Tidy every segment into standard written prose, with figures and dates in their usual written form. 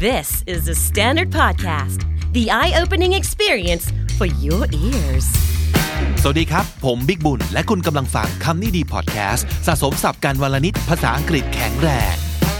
This is the Standard Podcast, the eye-opening experience for your ears. สวัสดีครับผมบิ๊กบุญและคุณกำลังฟังคำนี้ดีพอดแคสต์สะสมศัพท์กันวลนิดภาษาอังกฤษแข็งแรง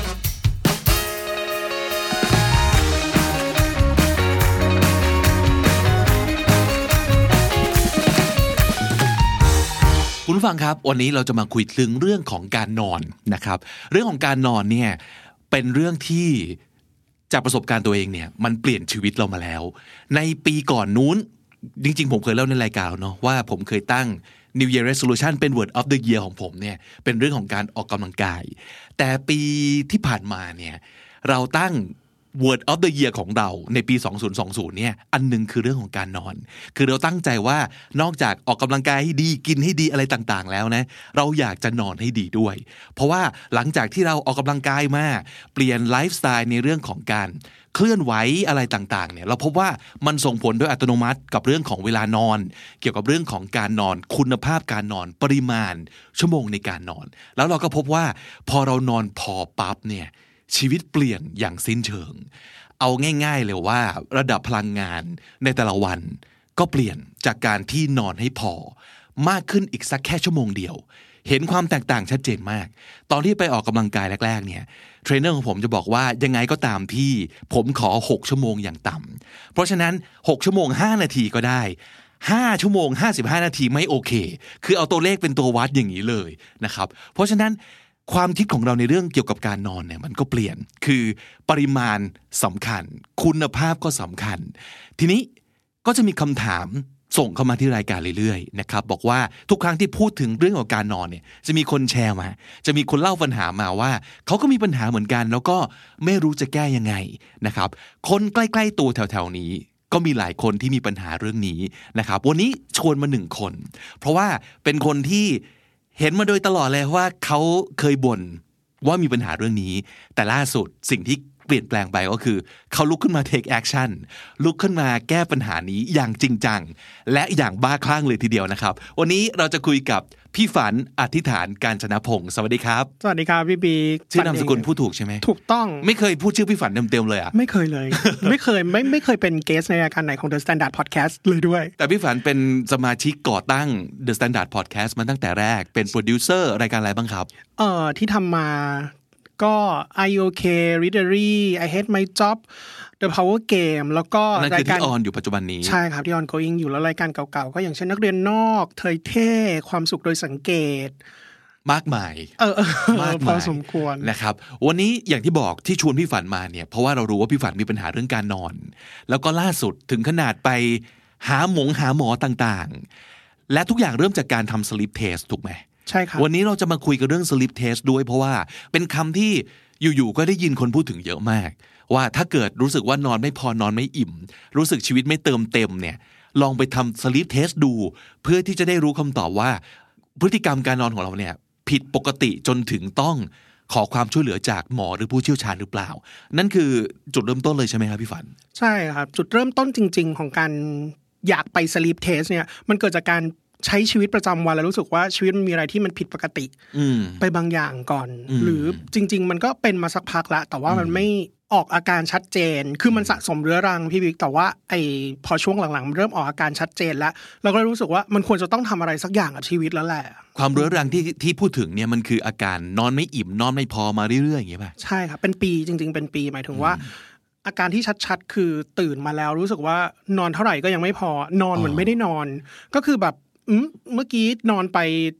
คุณผู้ฟังครับวันนี้เราจะมาคุยถึงเรื่องของการนอนนะครับเรื่องของการนอนเนี่ยเป็นเรื่องที่จากประสบการณ์ตัวเองเนี่ยมันเปลี่ยนชีวิตเรามาแล้วในปีก่อนนู้นจริงๆผมเคยเล่าในรายการเนาะว่าผมเคยตั้ง New Year Resolution เป็น Word of the Year ของผมเนี่ยเป็นเรื่องของการออกกำลังกายแต่ปีที่ผ่านมาเนี่ยเราตั้งWord of the Year ของเราในปี2020เนี่ยอันนึงคือเรื่องของการนอนคือเราตั้งใจว่านอกจากออกกำลังกายให้ดีกินให้ดีอะไรต่างๆแล้วนะเราอยากจะนอนให้ดีด้วยเพราะว่าหลังจากที่เราออกกำลังกายมาเปลี่ยนไลฟ์สไตล์ในเรื่องของการเคลื่อนไหวอะไรต่างๆเนี่ยเราพบว่ามันส่งผลโดยอัตโนมัติกับเรื่องของเวลานอนเกี่ยวกับเรื่องของการนอนคุณภาพการนอนปริมาณชั่วโมงในการนอนแล้วเราก็พบว่าพอเรานอนพอปั๊บเนี่ยชีวิตเปลี่ยนอย่างสิ้นเชิงเอาง่ายๆเลยว่าระดับพลังงานในแต่ละวันก็เปลี่ยนจากการที่นอนให้พอมากขึ้นอีกสักแค่ชั่วโมงเดียวเห็นความแตกต่างชัดเจนมากตอนที่ไปออกกำลังกายแรกๆเนี่ยเทรนเนอร์ของผมจะบอกว่ายังไงก็ตามที่ผมขอ6ชั่วโมงอย่างต่ำเพราะฉะนั้น6ชั่วโมง5นาทีก็ได้5ชั่วโมง55นาทีไม่โอเคคือเอาตัวเลขเป็นตัววัดอย่างนี้เลยนะครับเพราะฉะนั้นความคิดของเราในเรื่องเกี่ยวกับการนอนเนี่ยมันก็เปลี่ยนคือปริมาณสำคัญคุณภาพก็สำคัญทีนี้ก็จะมีคำถามส่งเข้ามาที่รายการเรื่อยๆนะครับบอกว่าทุกครั้งที่พูดถึงเรื่องของการนอนเนี่ยจะมีคนแชร์มาจะมีคนเล่าปัญหามาว่าเขาก็มีปัญหาเหมือนกันแล้วก็ไม่รู้จะแก้ยังไงนะครับคนใกล้ๆตัวแถวๆนี้ก็มีหลายคนที่มีปัญหาเรื่องนี้นะครับวันนี้ชวนมา1คนเพราะว่าเป็นคนที่เห็นมาโดยตลอดเลยว่าเขาเคยบ่นว่ามีปัญหาเรื่องนี้แต่ล่าสุดสิ่งที่เปลี่ยนแปลงไปก็คือเขาลุกขึ้นมา take action ลุกขึ้นมาแก้ปัญหานี้อย่างจริงจังและอย่างบ้าคลั่งเลยทีเดียวนะครับวันนี้เราจะคุยกับพี่ฝันอธิษฐานกาญจนพงศ์สวัสดีครับสวัสดีครับพี่บีชื่อนามสกุลพูดถูกใช่ไหมถูกต้องไม่เคยพูดชื่อพี่ฝันเต็มๆเลยอ่ะไม่เคยเลย ไม่เคยเป็นเกสในรายการไหนของ The Standard Podcast เลยด้วยแต่พี่ฝันเป็นสมาชิกก่อตั้ง The Standard Podcast มาตั้งแต่แรกเป็นโปรดิวเซอร์รายการอะไรบ้างครับที่ทำมาก็ IOK Readery I Hate My Job The Power Game แล้วก็รายการที่ออนอยู่ปัจจุบันนี้ใช่ครับที่ ongoing อยู่แล้วรายการเก่าๆก็อย่างเช่นนักเรียนนอกเทยเท่ความสุขโดยสังเกตมากมายมากมายพอสมควรนะครับวันนี้อย่างที่บอกที่ชวนพี่ฝันมาเนี่ยเพราะว่าเรารู้ว่าพี่ฝันมีปัญหาเรื่องการนอนแล้วก็ล่าสุดถึงขนาดไปหาหมอต่างๆและทุกอย่างเริ่มจากการทำ sleep test ถูกไหมใช่ครับวันนี้เราจะมาคุยกันเรื่อง sleep test ด้วยเพราะว่าเป็นคำที่อยู่ๆก็ได้ยินคนพูดถึงเยอะมากว่าถ้าเกิดรู้สึกว่านอนไม่พอนอนไม่อิ่มรู้สึกชีวิตไม่เติมเต็มเนี่ยลองไปทำ sleep test ดูเพื่อที่จะได้รู้คำตอบว่าพฤติกรรมการนอนของเราเนี่ยผิดปกติจนถึงต้องขอความช่วยเหลือจากหมอหรือผู้เชี่ยวชาญหรือเปล่านั่นคือจุดเริ่มต้นเลยใช่ไหมครับพี่ฝันใช่ครับจุดเริ่มต้นจริงๆของการอยากไป sleep test เนี่ยมันเกิดจากการใช้ชีวิตประจำวันแล้วรู้สึกว่าชีวิตมันมีอะไรที่มันผิดปกติไปบางอย่างก่อนหรือจริงๆมันก็เป็นมาสักพักละแต่ว่ามันไม่ออกอาการชัดเจนคือมันสะสมเรื้อรังพี่บิ๊กแต่ว่าพอช่วงหลังๆมันเริ่มออกอาการชัดเจนแล้วเราก็รู้สึกว่ามันควรจะต้องทำอะไรสักอย่างกับชีวิตแล้วแหละความเรื้อรังที่พูดถึงเนี่ยมันคืออาการนอนไม่อิ่มนอนไม่พอมาเรื่อยๆอย่างเงี้ยป่ะใช่ครับเป็นปีจริงๆเป็นปีหมายถึงว่าอาการที่ชัดๆคือตื่นมาแล้วรู้สึกว่านอนเท่าไหร่ก็ยังไม่พอนอนเหมือนไม่ได้นอนก็คือแบบเมื่อกี้นอนไป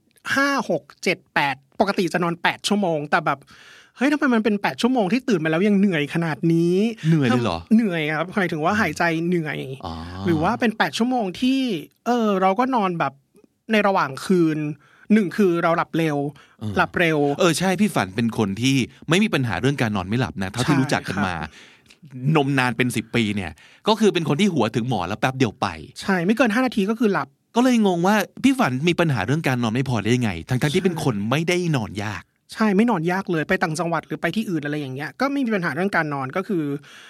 5 6 7 8ปกติจะนอน8ชั่วโมงแต่แบบเฮ้ยทำไมมันเป็น8ชั่วโมงที่ตื่นมาแล้วยังเหนื่อยขนาดนี้เหนื่อยเลยเหรอเหนื่อยครับหมายถึงว่าหายใจเหนื่อยหรือว่าเป็น8ชั่วโมงที่เราก็นอนแบบในระหว่างคืน1คือเราหลับเร็วใช่พี่ฝันเป็นคนที่ไม่มีปัญหาเรื่องการนอนไม่หลับนะเท่าที่รู้จักกันมานมนานเป็น10ปีเนี่ยก็คือเป็นคนที่หัวถึงหมอนแล้วแป๊บเดียวไปใช่ไม่เกิน5นาทีก็คือหลับก็เลยงงว่าพี่ฝันมีปัญหาเรื่องการนอนไม่พอได้ยังไงทั้งที่เป็นคนไม่ได้นอนยากใช่ไม่นอนยากเลยไปต่างจังหวัดหรือไปที่อื่นอะไรอย่างเงี้ยก็ไม่มีปัญหาเรื่องการนอนก็คือ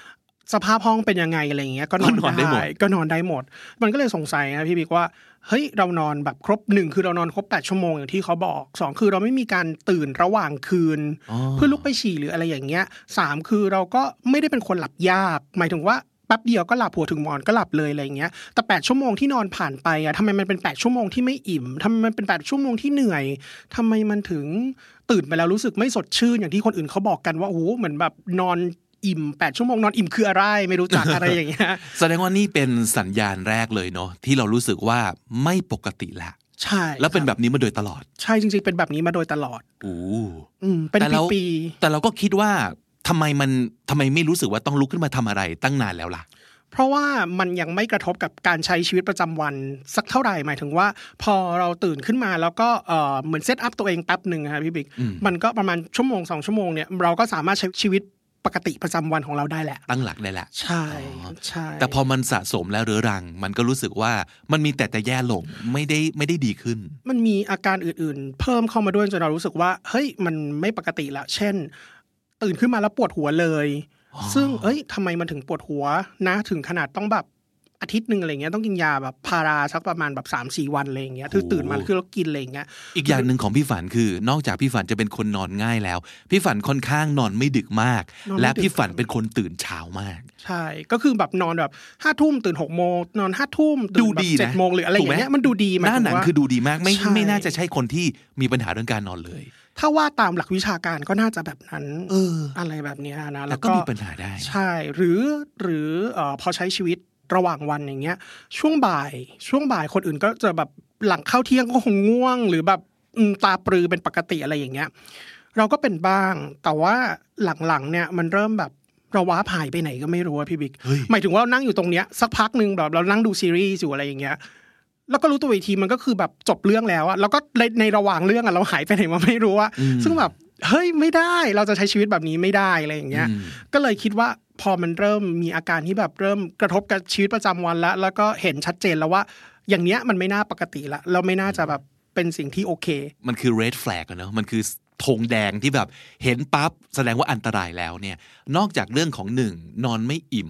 สภาพห้องเป็นยังไงอะไรเงี้ยก็นอนได้หมดมันก็เลยสงสัยนะพี่บิ๊กว่าเฮ้ยเรานอนแบบครบ1คือเรานอนครบ8ชั่วโมงอย่างที่เขาบอก2คือเราไม่มีการตื่นระหว่างคืนเพื่อลุกไปฉี่หรืออะไรอย่างเงี้ย3คือเราก็ไม่ได้เป็นคนหลับยากหมายถึงว่าแป๊บเดียวก็หลับหัวถึงหมอนก็หลับเลยอะไรอย่างเงี้ยแต่8ชั่วโมงที่นอนผ่านไปอ่ะทำไมมันเป็น8ชั่วโมงที่ไม่อิ่มทำไมมันเป็น8ชั่วโมงที่เหนื่อยทำไมมันถึงตื่นไปแล้วรู้สึกไม่สดชื่นอย่างที่คนอื่นเขาบอกกันว่าโอ้โหเหมือนแบบนอนอิ่ม8ชั่วโมงนอนอิ่มคืออะไรไม่รู้จัก อะไรอย่างเงี้ยแสดงว่านี่เป็นสัญญาณแรกเลยเนาะที่เรารู้สึกว่าไม่ปกติละใช่แล้วเป็นแบบนี้มาโดยตลอดใช่จริงๆเป็นแบบนี้มาโดยตลอดเป็นปีๆแต่เราก็คิดว่าทำไมไม่รู้สึกว่าต้องลุกขึ้นมาทำอะไรตั้งนานแล้วล่ะเพราะว่ามันยังไม่กระทบกับการใช้ชีวิตประจำวันสักเท่าไหร่หมายถึงว่าพอเราตื่นขึ้นมาแล้วก็เหมือนเซตอัพตัวเองแป๊บนึงครับพี่บิ๊กมันก็ประมาณชั่วโมง2ชั่วโมงเนี่ยเราก็สามารถใช้ชีวิตปกติประจำวันของเราได้แหละตั้งหลักได้แหละใช่แต่พอมันสะสมแล้วเรื้อรังมันก็รู้สึกว่ามันมีแต่แย่ลงไม่ได้ดีขึ้นมันมีอาการอื่นๆเพิ่มเข้ามาด้วยจนเรารู้สึกว่าเฮ้ยมันไม่ปกติละเช่นตื่นขึ้นมาแล้วปวดหัวเลยซึ่งทำไมมันถึงปวดหัวนะถึงขนาดต้องแบบอาทิตย์นึงอะไรเงี้ยต้องกินยาแบบพาราสักประมาณแบบ 3-4 วันอะไรอย่างเงี้ยตื่นมาคือเรากินอะไรอย่างเงี้ยอีกอย่างนึงของพี่ฝันคือนอกจากพี่ฝันจะเป็นคนนอนง่ายแล้วพี่ฝันค่อนข้างนอนไม่ดึกมากและพี่ฝันเป็นคนตื่นเช้ามากใช่ก็คือแบบนอนแบบ 5:00 นตื่น 6:00 นนอน 5:00 นตื่นแบบ 7:00 นหรืออะไรอย่างเงี้ยมันดูดีหน้าหนังคือดูดีมากไม่น่าจะใช่คนที่มีปัญหาเรื่องการนอนเลยถ้าว่าตามหลักวิชาการก็น่าจะแบบนั้นอะไรแบบนี้นะแล้วก็มีปัญหาได้ใช่หรือพอใช้ชีวิตระหว่างวันอย่างเงี้ยช่วงบ่ายคนอื่นก็จะแบบหลังเข้าเที่ยงก็คงง่วงหรือแบบตาปรือเป็นปกติอะไรอย่างเงี้ยเราก็เป็นบ้างแต่ว่าหลังๆเนี่ยมันเริ่มแบบเราว้าหายไปไหนก็ไม่รู้พี่บิ๊กหมายถึงว่าเรานั่งอยู่ตรงเนี้ยสักพักนึงแบบเรานั่งดูซีรีส์อยู่อะไรอย่างเงี้ยแล้วก็รู้ตัวอีกทีมันก็คือแบบจบเรื่องแล้วอะแล้วก็ในระหว่างเรื่องอะเราหายไปไหนมาไม่รู้ว่าซึ่งแบบเฮ้ยไม่ได้เราจะใช้ชีวิตแบบนี้ไม่ได้อะไรอย่างเงี้ยก็เลยคิดว่าพอมันเริ่มมีอาการที่แบบเริ่มกระทบกับชีวิตประจำวันแล้วก็เห็นชัดเจนแล้วว่าอย่างเนี้ยมันไม่น่าปกติละเราไม่น่าจะแบบเป็นสิ่งที่โอเคมันคือ red flag อะเนอะมันคือธงแดงที่แบบเห็นปั๊บแสดงว่าอันตรายแล้วเนี่ยนอกจากเรื่องของ1นอนไม่อิ่ม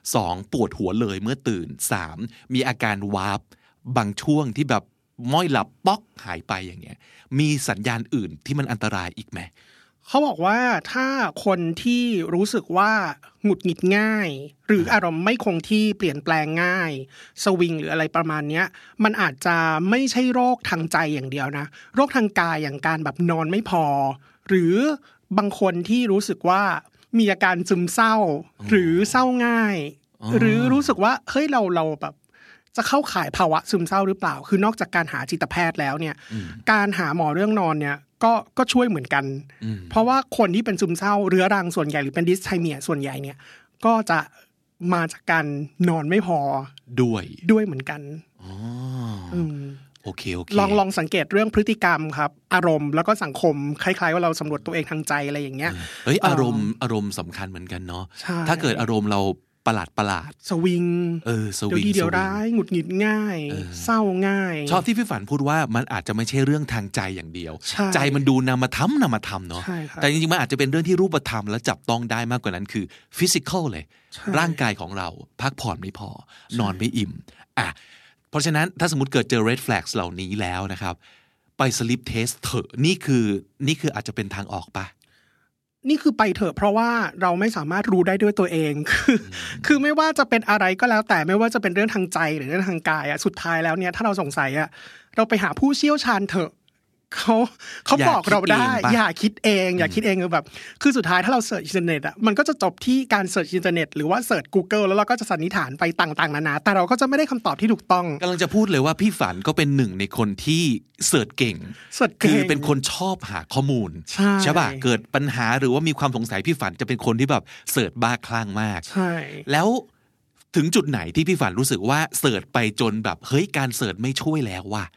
2ปวดหัวเลยเมื่อตื่น3มีอาการวาร์ปบางช่วงที่แบบม้อยหลับป๊อกหายไปอย่างเงี้ยมีสัญญาณอื่นที่มันอันตรายอีกไหมเขาบอกว่าถ้าคนที่รู้สึกว่าหงุดหงิดง่ายหรืออารมณ์ไม่คงที่เปลี่ยนแปลงง่ายสวิงหรืออะไรประมาณนี้มันอาจจะไม่ใช่โรคทางใจอย่างเดียวนะโรคทางกายอย่างการแบบนอนไม่พอหรือบางคนที่รู้สึกว่ามีอาการซึมเศร้าหรือเศร้าง่ายหรือรู้สึกว่าเฮ้ยเราแบบจะเข้าข่ายภาวะซึมเศร้าหรือเปล่าคือนอกจากการหาจิตแพทย์แล้วเนี่ยการหาหมอเรื่องนอนเนี่ยก็ช่วยเหมือนกันเพราะว่าคนที่เป็นซึมเศร้าเรื้อรังส่วนใหญ่หรือเป็นดิสไทเมียส่วนใหญ่เนี่ยก็จะมาจากการนอนไม่พอด้วยเหมือนกันโอเคลองสังเกตเรื่องพฤติกรรมครับอารมณ์แล้วก็สังคมคล้ายๆว่าเราสำรวจตัวเองทางใจอะไรอย่างเงี้ยอารมณ์สำคัญเหมือนกันเนาะถ้าเกิดอารมณ์เราประหลาดสวิงสวิงเดี๋ยวร้ายหงุดหงิดง่ายเศร้าง่ายชอบที่พี่ฝันพูดว่ามันอาจจะไม่ใช่เรื่องทางใจอย่างเดียวใจมันดูนามธรรมเนาะแต่จริงๆมันอาจจะเป็นเรื่องที่รูปธรรมและจับต้องได้มากกว่านั้นคือฟิสิกอลเลยร่างกายของเราพักผ่อนไม่พอนอนไม่อิ่มเพราะฉะนั้นถ้าสมมติเกิดเจอ red flags เหล่านี้แล้วนะครับไป sleep test เถอะนี่คืออาจจะเป็นทางออกปะนี่คือไปเถอะเพราะว่าเราไม่สามารถรู้ได้ด้วยตัวเองคือไม่ว่าจะเป็นอะไรก็แล้วแต่ไม่ว่าจะเป็นเรื่องทางใจหรือเรื่องทางกายสุดท้ายแล้วเนี่ยถ้าเราสงสัยเราไปหาผู้เชี่ยวชาญเถอะเขาบอกเราได้อย่าคิดเองคือสุดท้ายถ้าเราเสิร์ชอินเทอร์เน็ตมันก็จะจบที่การเสิร์ชอินเทอร์เน็ตหรือว่าเสิร์ช Google แล้วเราก็จะสันนิษฐานไปต่างๆนานาแต่เราก็จะไม่ได้คำตอบที่ถูกต้องกำลังจะพูดเลยว่าพี่ฝันก็เป็นหนึ่งในคนที่เสิร์ชเก่งคือเป็นคนชอบหาข้อมูลใช่ป่ะเกิดปัญหาหรือว่ามีความสงสัยพี่ฝันจะเป็นคนที่แบบเสิร์ชบ้าคลั่งมากใช่แล้วถึงจุดไหนที่พี่ฝันรู้สึกว่าเสิร์ชไปจนแบบเฮ้ยการเสิร์ชไม่ช่วยแล้วว่ะ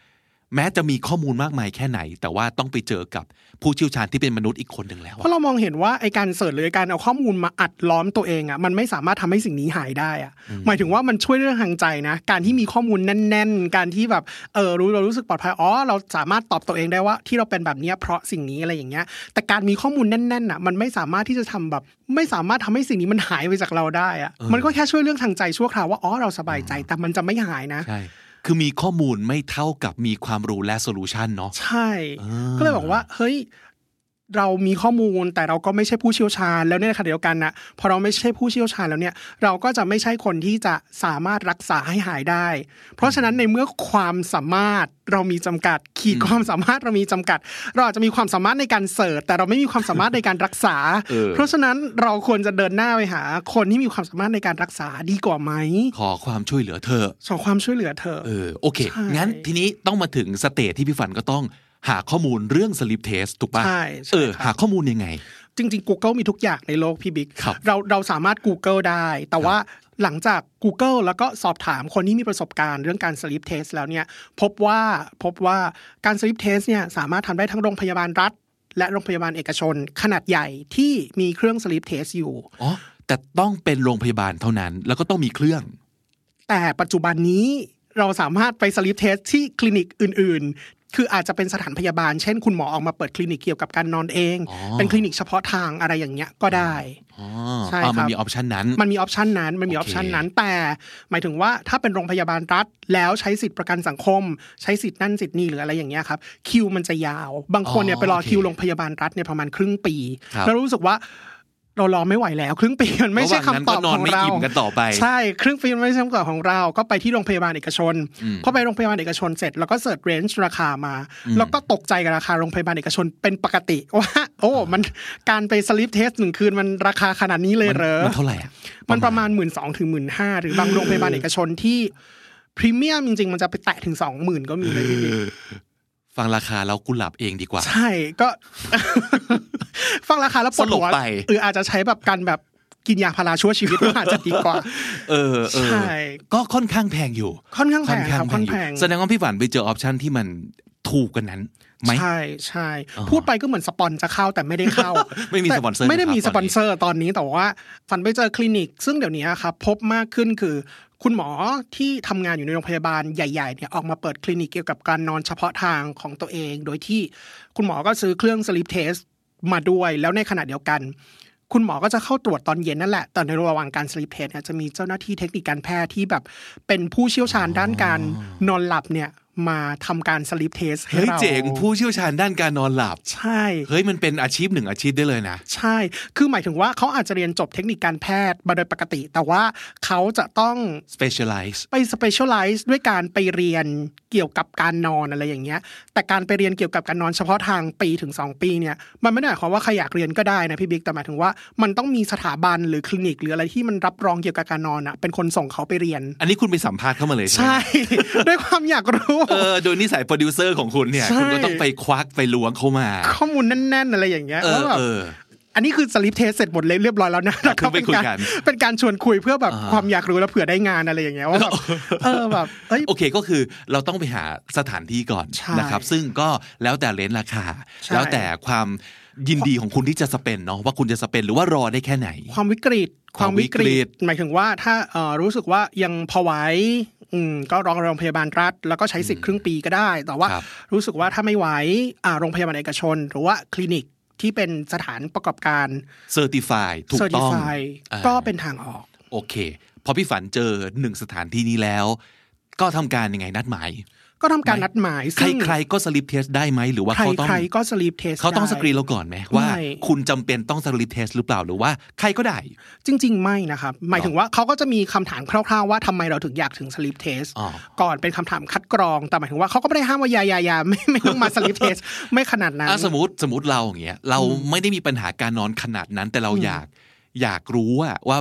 แม้จะมีข้อมูลมากมายแค่ไหนแต่ว่าต้องไปเจอกับผู้เชี่ยวชาญที่เป็นมนุษย์อีกคนหนึ่งแล้วเพราะเรามองเห็นว่าไอ้การเสิร์ชหรือการเอาข้อมูลมาอัดล้อมตัวเองอ่ะมันไม่สามารถทำให้สิ่งนี้หายได้อ่ะหมายถึงว่ามันช่วยเรื่องทางใจนะการที่มีข้อมูลแน่นๆการที่แบบเรารู้สึกปลอดภัยเราสามารถตอบตัวเองได้ว่าที่เราเป็นแบบนี้เพราะสิ่งนี้อะไรอย่างเงี้ยแต่การมีข้อมูลแน่นๆอ่ะมันไม่สามารถที่จะทำแบบไม่สามารถทำให้สิ่งนี้มันหายไปจากเราได้อ่ะมันก็แค่ช่วยเรื่องทางใจชั่วคราวว่าเราสบายใจแต่มันจะไม่หายนะใช่คือมีข้อมูลไม่เท่ากับมีความรู้และโซลูชันเนาะใช่ก็เลยบอกว่าเฮ้ยเรามีข้อมูลแต่เราก็ไม่ใช่ผู้เชี่ยวชาญแล้วในขณะเดียวกันนะพอเราไม่ใช่ผู้เชี่ยวชาญแล้วเนี่ยเราก็จะไม่ใช่คนที่จะสามารถรักษาให้หายได้เพราะฉะนั้นในเมื่อความสามารถเรามีจำกัดขีดความสามารถเรามีจำกัดเราอาจจะมีความสามารถในการเสิร์ชแต่เราไม่มีความสามารถในการรักษาเพราะฉะนั้นเราควรจะเดินหน้าไปหาคนที่มีความสามารถในการรักษาดีกว่าไหมขอความช่วยเหลือเธอขอความช่วยเหลือเธอโอเคงั้นทีนี้ต้องมาถึงสเตจที่พี่ฝันก็ต้องหาข้อมูลเรื่อง sleep test ถูกป่ะหาข้อมูลยังไงจริงๆ Google มีทุกอย่างในโลกพี่บิ๊กเราสามารถ Google ได้แต่ว่าหลังจาก Google แล้วก็สอบถามคนที่มีประสบการณ์เรื่องการ sleep test แล้วเนี่ยพบว่าการ sleep test เนี่ยสามารถทำได้ทั้งโรงพยาบาลรัฐและโรงพยาบาลเอกชนขนาดใหญ่ที่มีเครื่อง sleep test อยู่แต่ต้องเป็นโรงพยาบาลเท่านั้นแล้วก็ต้องมีเครื่องแต่ปัจจุบันนี้เราสามารถไป sleep test ที่คลินิกอื่นๆคืออาจจะเป็นสถานพยาบาลเช่นคุณหมอออกมาเปิดคลินิกเกี่ยวกับการนอนเองเป็นคลินิกเฉพาะทางอะไรอย่างเงี้ยก็ได้ใช่ครับมันมีออปชันนั้นแต่หมายถึงว่าถ้าเป็นโรงพยาบาลรัฐแล้วใช้สิทธิประกันสังคมใช้สิทธินั่นสิทธินี่หรืออะไรอย่างเงี้ยครับคิวมันจะยาวบางคนเนี่ยไปรอคิวโรงพยาบาลรัฐเนี่ยประมาณครึ่งปีแล้วรู้สึกว่าเรารอไม่ไหวแล้วครึ่งปีมันไม่ใช่คำตอบของเราใช่ครึ่งปีมันไม่ใช่คำตอบของเราก็ไปที่โรงพยาบาลเอกชนพอไปโรงพยาบาลเอกชนเสร็จแล้วก็เสิร์ชเรนจ์ราคามาแล้วก็ตกใจกับราคาโรงพยาบาลเอกชนเป็นปกติว่ามันการไปสลิปเทส1คืนมันราคาขนาดนี้เลยเหรอมันเท่าไหร่มันประมาณ 12,000 ถึง 15,000 หรือบางโรงพยาบาลเอกชนที่พรีเมียมจริงๆมันจะไปแตะถึง 20,000 ก็มีเลยฟังราคาแล้วกุหลาบเองดีกว่าใช่ก็ฟังราคาแล้วปวดหัวอาจจะใช้แบบกันแบบกินยาพาราชั่วชีวิตอาจจะดีกว่าใช่ก็ค่อนข้างแพงอยู่ค่อนข้างแพงครับค่อนข้างแสดงว่าพี่ฝันไปเจอออปชันที่มันถูกกันนั้นไหมใช่พูดไปก็เหมือนสปอนจะเข้าแต่ไม่ได้เข้าไม่มีสปอนเซอร์ไม่ได้มีสปอนเซอร์ตอนนี้แต่ว่าฝันไปเจอคลินิกซึ่งเดี๋ยวนี้ครับพบมากขึ้นคือคุณหมอที่ทำงานอยู่ในโรงพยาบาลใหญ่ๆเนี่ยออกมาเปิดคลินิกเกี่ยวกับการนอนเฉพาะทางของตัวเองโดยที่คุณหมอก็ซื้อเครื่อง sleep test มาด้วยแล้วในขณะเดียวกันคุณหมอก็จะเข้าตรวจตอนเย็นนั่นแหละแต่ในระหว่างการ sleep test เนี่ยจะมีเจ้าหน้าที่เทคนิคการแพทย์ที่แบบเป็นผู้เชี่ยวชาญด้านการนอนหลับเนี่ยมาทำการ sleep test ให้เราเจ๋งผู้เชี่ยวชาญด้านการนอนหลับใช่มันเป็นอาชีพหนึ่งอาชีพได้เลยนะใช่คือหมายถึงว่าเขาอาจจะเรียนจบเทคนิคการแพทย์มาโดยปกติแต่ว่าเขาจะต้อง specialize ไป specialize ด้วยการไปเรียนเกี่ยวกับการนอนอะไรอย่างเงี้ยแต่การไปเรียนเกี่ยวกับการนอนเฉพาะทางปีถึง2ปีเนี่ยมันไม่ได้หมายความว่าใครอยากเรียนก็ได้นะพี่บิ๊กแต่หมายถึงว่ามันต้องมีสถาบันหรือคลินิกหรืออะไรที่มันรับรองเกี่ยวกับการนอนอ่ะเป็นคนส่งเขาไปเรียนอันนี้คุณไปสัมภาษณ์เข้ามาเลยใช่ ด้วยความอยากรู้โดยนิสัยโปรดิวเซอร์ของคุณเนี่ยคุณก็ต้องไปควักไปล้วงเข้ามาข้อมูลแน่นๆอะไรอย่างเงี้ยแล้วแบบอันนี้คือสลิปเทสเสร็จหมดเลยเรียบร้อยแล้วนะแล้วก็เป็นการชวนคุยเพื่อแบบความอยากรู้แล้วเผื่อได้งานอะไรอย่างเงี้ยว่าแบบแบบโอเคก็คือเราต้องไปหาสถานที่ก่อนนะครับซึ่งก็แล้วแต่เลนส์ราคาแล้วแต่ความยินดีของคุณที่จะสเปนเนาะว่าคุณจะสเปนหรือว่ารอได้แค่ไหนความวิกฤตหมายถึงว่าถ้ารู้สึกว่ายังพอไหวก็รองโรงพยาบาลรัฐแล้วก็ใช้สิทธิ์ครึ่งปีก็ได้แต่ว่ารู้สึกว่าถ้าไม่ไหวโรงพยาบาลเอกชนหรือว่าคลินิกที่เป็นสถานประกอบการ Certify ถูกต้องก็เป็นทางออกโอเคพอพี่ฝันเจอ1สถานที่นี้แล้วก็ทำการยังไงนัดหมายก็ทำการนัดหมายใครๆก็สลิปเทสได้ไหมหรือว่าเขาต้องใครก็สลิปเทสเขาต้องสกรีนเราก่อนไหมว่าคุณจำเป็นต้องสลิปเทสหรือเปล่าหรือว่าใครก็ได้จริงๆไม่นะครับหมายถึงว่าเขาก็จะมีคำถามคร่าวๆว่าทำไมเราถึงอยากถึงสลิปเทสก่อนเป็นคำถามคัดกรองแต่หมายถึงว่าเขาก็ไม่ได้ห้ามว่าอย่าไม่ต้องมาสลิปเทสไม่ขนาดนั้นสมมติเราอย่างเงี้ยเราไม่ได้มีปัญหาการนอนขนาดนั้นแต่เราอยากรู้ว่า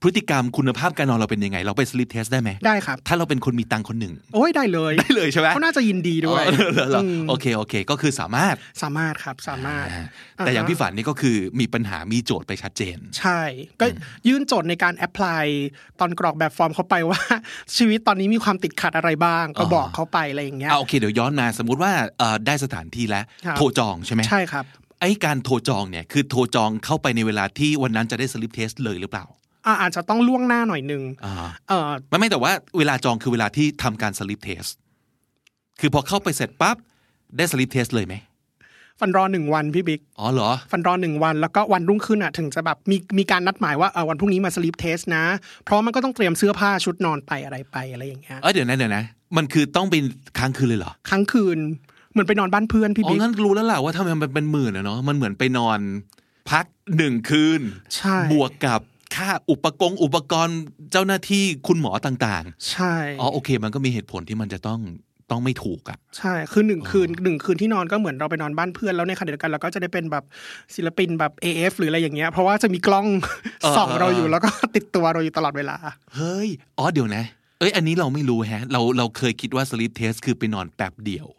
พฤติกรรมคุณภาพการนอนเราเป็นยังไงเราไป sleep test ได้ไหมได้ครับถ้าเราเป็นคนมีตังค์คนหนึ่งโอ้ยได้เลยใช่ไหมเขาน่าจะยินดีด้วยโอเคก็คือสามารถครับสามารถแต่อย่างพี่ฝันนี่ก็คือมีปัญหามีโจทย์ไปชัดเจนใช่ก็ยื่นโจทย์ในการแอพพลายตอนกรอกแบบฟอร์มเขาไปว่าชีวิตตอนนี้มีความติดขัดอะไรบ้างก็บอกเขาไปอะไรอย่างเงี้ยโอเคเดี๋ยวย้อนมาสมมุติว่าได้สถานที่แล้วโทรจองใช่ไหมใช่ครับไอ้การโทรจองเนี่ยคือโทรจองเข้าไปในเวลาที่วันนั้นจะได้ sleep test เลยหรือเปล่าอาจจะต้องล่วงหน้าหน่อยนึงไม่แต่ว่าเวลาจองคือเวลาที่ทำการ sleep test คือพอเข้าไปเสร็จปั๊บได้ sleep test เลยไหมฟันรอ1วันพี่บิ๊กเหรอฟันรอ1วันแล้วก็วันรุ่งขึ้นถึงจะแบบมีการนัดหมายว่าวันพรุ่งนี้มา sleep test นะเพราะมันก็ต้องเตรียมเสื้อผ้าชุดนอนไปอะไรอย่างเงี้ยเดี๋ยวนะมันคือต้องเป็นค้างคืนเลยเหรอค้างคืนเหมือนไปนอนบ้านเพื่อนพี่บิ๊กงั้นรู้แล้วล่ะว่าทำไมมันเป็นหมื่นเนาะมันเหมือนไปนอนพัก1คืนใช่บวกกับค่าอุปกรณ์เจ้าหน้าที่คุณหมอต่างๆใช่โอเคมันก็มีเหตุผลที่มันจะต้องไม่ถูกใช่คือ1คืนที่นอนก็เหมือนเราไปนอนบ้านเพื่อนแล้วในขณะเดียวกันเราก็จะได้เป็นแบบศิลปินแบบ AF หรืออะไรอย่างเงี้ยเพราะว่าจะมีกล้องส่องเราอยู่แล้วก็ติดตัวเราอยู่ตลอดเวลาเฮ้ยเดี๋ยวนะอันนี้เราไม่รู้ฮะเราเคยคิดว่า sleep test คือไปนอนแป๊บเดียว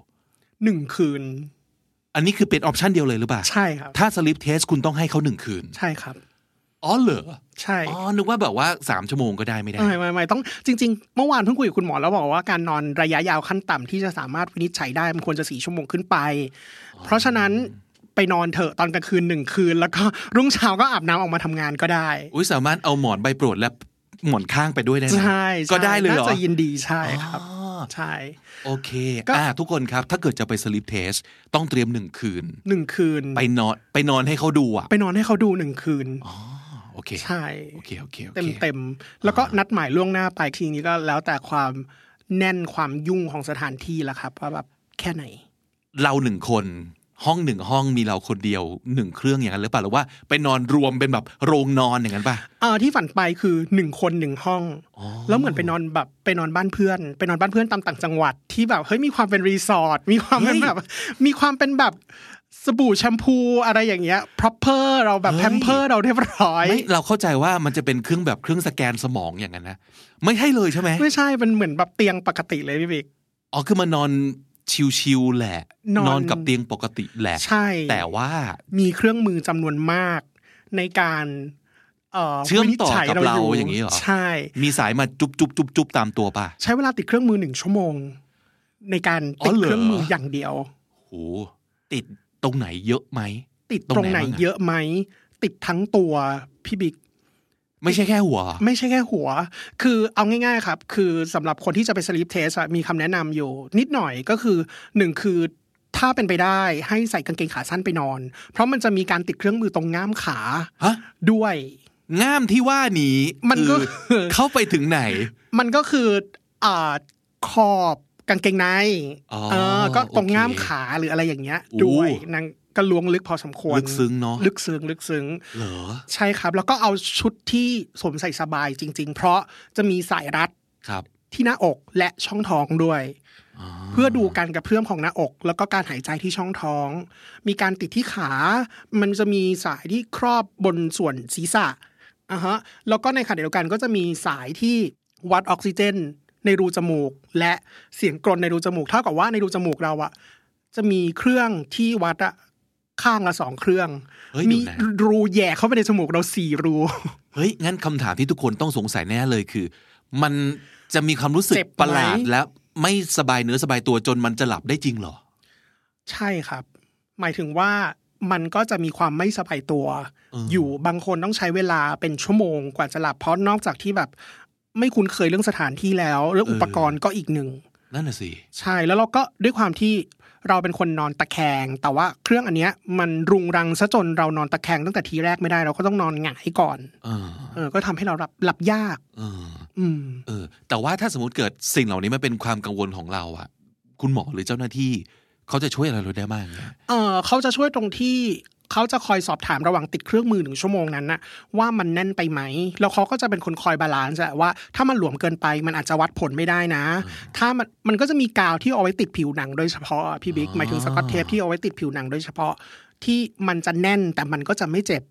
1คืนอันนี้คือเป็นออปชันเดียวเลยหรือเปล่าใช่ครับถ้า sleep test คุณต้องให้เขา1คืนใช่ครับเหรอใช่นึกว่าแบบว่า3ชั่วโมงก็ได้ไม่ได้ไม่ต้องจริงๆเมื่อวานเพิ่งคุยกับคุณหมอแล้วบอกว่าการนอนระยะยาวขั้นต่ำที่จะสามารถวินิจฉัยได้มันควรจะ4ชั่วโมงขึ้นไปเพราะฉะนั้นไปนอนเถอะตอนกลางคืน1คืนแล้วก็รุ่งเช้าก็อาบน้ำออกมาทำงานก็ได้สามารถเอาหมอนใบโปรดและหมอนข้างไปด้วยได้ไหมใช่ก็ได้เลยเหรอน่าจะยินดีใช่ครับใช่โอเคทุกคนครับถ้าเกิดจะไป sleep test ต้องเตรียม1คืนไปนอนให้เขาดูไปนอนให้เขาดู1คืนโอเคใช่โอเคเต็มแล้วก็นัดหมายล่วงหน้าไปทีนี้ก็แล้วแต่ความแน่นความยุ่งของสถานที่ละครับว่าแบบแค่ไหนเรา1คนห้อง1ห้องมีเราคนเดียว1เครื่องอย่างนั้นหรือเปล่าหรือว่าไปนอนรวมเป็นแบบโรงนอนอย่างนั้นป่ะที่ฝันไปคือ1คน1ห้องแล้วเหมือนไปนอนบ้านเพื่อนตามต่างจังหวัดที่แบบเฮ้ยมีความเป็นรีสอร์ทมีความเป็นแบบมีความเป็นแบบสบู่แชมพูอะไรอย่างเงี้ย proper เราแบบแพมเพิร์เราเรียบร้อยไม่เราเข้าใจว่ามันจะเป็นเครื่องสแกนสมองอย่างนั้นนะไม่ให้เลยใช่ไหมไม่ใช่เป็นเหมือนแบบเตียงปกติเลยพี่บิ๊กคือมานอนชิวๆแหละนอนกับเตียงปกติแหละใช่แต่ว่ามีเครื่องมือจำนวนมากในการเชื่อมต่อกับเราอย่างนี้เหรอใช่มีสายมาจุ๊บตามตัวป่ะใช้เวลาติดเครื่องมือ1ชั่วโมงในการติดเครื่องมืออย่างเดียวโหติดตรงไหนเยอะไหมติดตรงไหนเยอะไหมติดทั้งตัวพี่บิ๊กไม่ใช่แค่หัวคือเอาง่ายๆครับคือสำหรับคนที่จะไป sleep test มีคำแนะนำอยู่นิดหน่อยก็คือ1คือถ้าเป็นไปได้ให้ใส่กางเกงขาสั้นไปนอนเพราะมันจะมีการติดเครื่องมือตรงง่ามขาด้วยง่ามที่ว่านี้มันก็เข้าไปถึงไหนมันก็คือขอบกางเกงในก็ตรงง่ามขาหรืออะไรอย่างเงี้ยด้วยนางก็ล้วงลึกพอสมควรลึกซึ้งเนาะลึกซึ้งเหรอใช่ครับแล้วก็เอาชุดที่สวมใส่สบายจริงๆเพราะจะมีสายรัดที่หน้าอกและช่องท้องด้วยเพื่อดูการกระเพื่อมของหน้าอกแล้วก็การหายใจที่ช่องท้องมีการติดที่ขามันจะมีสายที่ครอบบนส่วนศีรษะแล้วก็ในขณะเดียวกันก็จะมีสายที่วัดออกซิเจนในรูจมูกและเสียงกรนในรูจมูกเท่ากับว่าในรูจมูกเราจะมีเครื่องที่วัดข้างละ2เครื่องมีรูแย่เข้าไปในจมูกเรา4รูเฮ้ยงั้นคำถามที่ทุกคนต้องสงสัยแน่เลยคือมันจะมีความรู้สึกประหลาดและไม่สบายเนื้อสบายตัวจนมันจะหลับได้จริงเหรอใช่ครับหมายถึงว่ามันก็จะมีความไม่สบายตัวอยู่บางคนต้องใช้เวลาเป็นชั่วโมงกว่าจะหลับเพราะนอกจากที่แบบไม่คุ้นเคยเรื่องสถานที่แล้วเรื่องอุปกรณ์ก็อีกหนึ่งนั่นน่ะสิใช่แล้วเราก็ด้วยความที่เราเป็นคนนอนตะแคงแต่ว่าเครื่องอันเนี้ยมันรุงรังซะจนเรานอนตะแคงตั้งแต่ทีแรกไม่ได้เราก็ต้องนอนหงายก่อนก็ทำให้เราหลับยากแต่ว่าถ้าสมมติเกิดสิ่งเหล่านี้มันเป็นความกังวลของเราคุณหมอหรือเจ้าหน้าที่เขาจะช่วยอะไรเราได้บ้างเขาจะช่วยตรงที่เขาจะคอยสอบถามระหว่างติดเครื่องมือ1ชั่วโมงนั้นนะว่ามันแน่นไปไหมแล้วเขาก็จะเป็นคนคอยบาลานซ์ว่าถ้ามันหลวมเกินไปมันอาจจะวัดผลไม่ได้นะถ้ามันก็จะมีกาวที่เอาไว้ติดผิวหนังโดยเฉพาะพี่บิ๊กหมายถึงสกอตเทปที่เอาไว้ติดผิวหนังโดยเฉพาะที่มันจะแน่นแต่มันก็จะไม่เจ็บ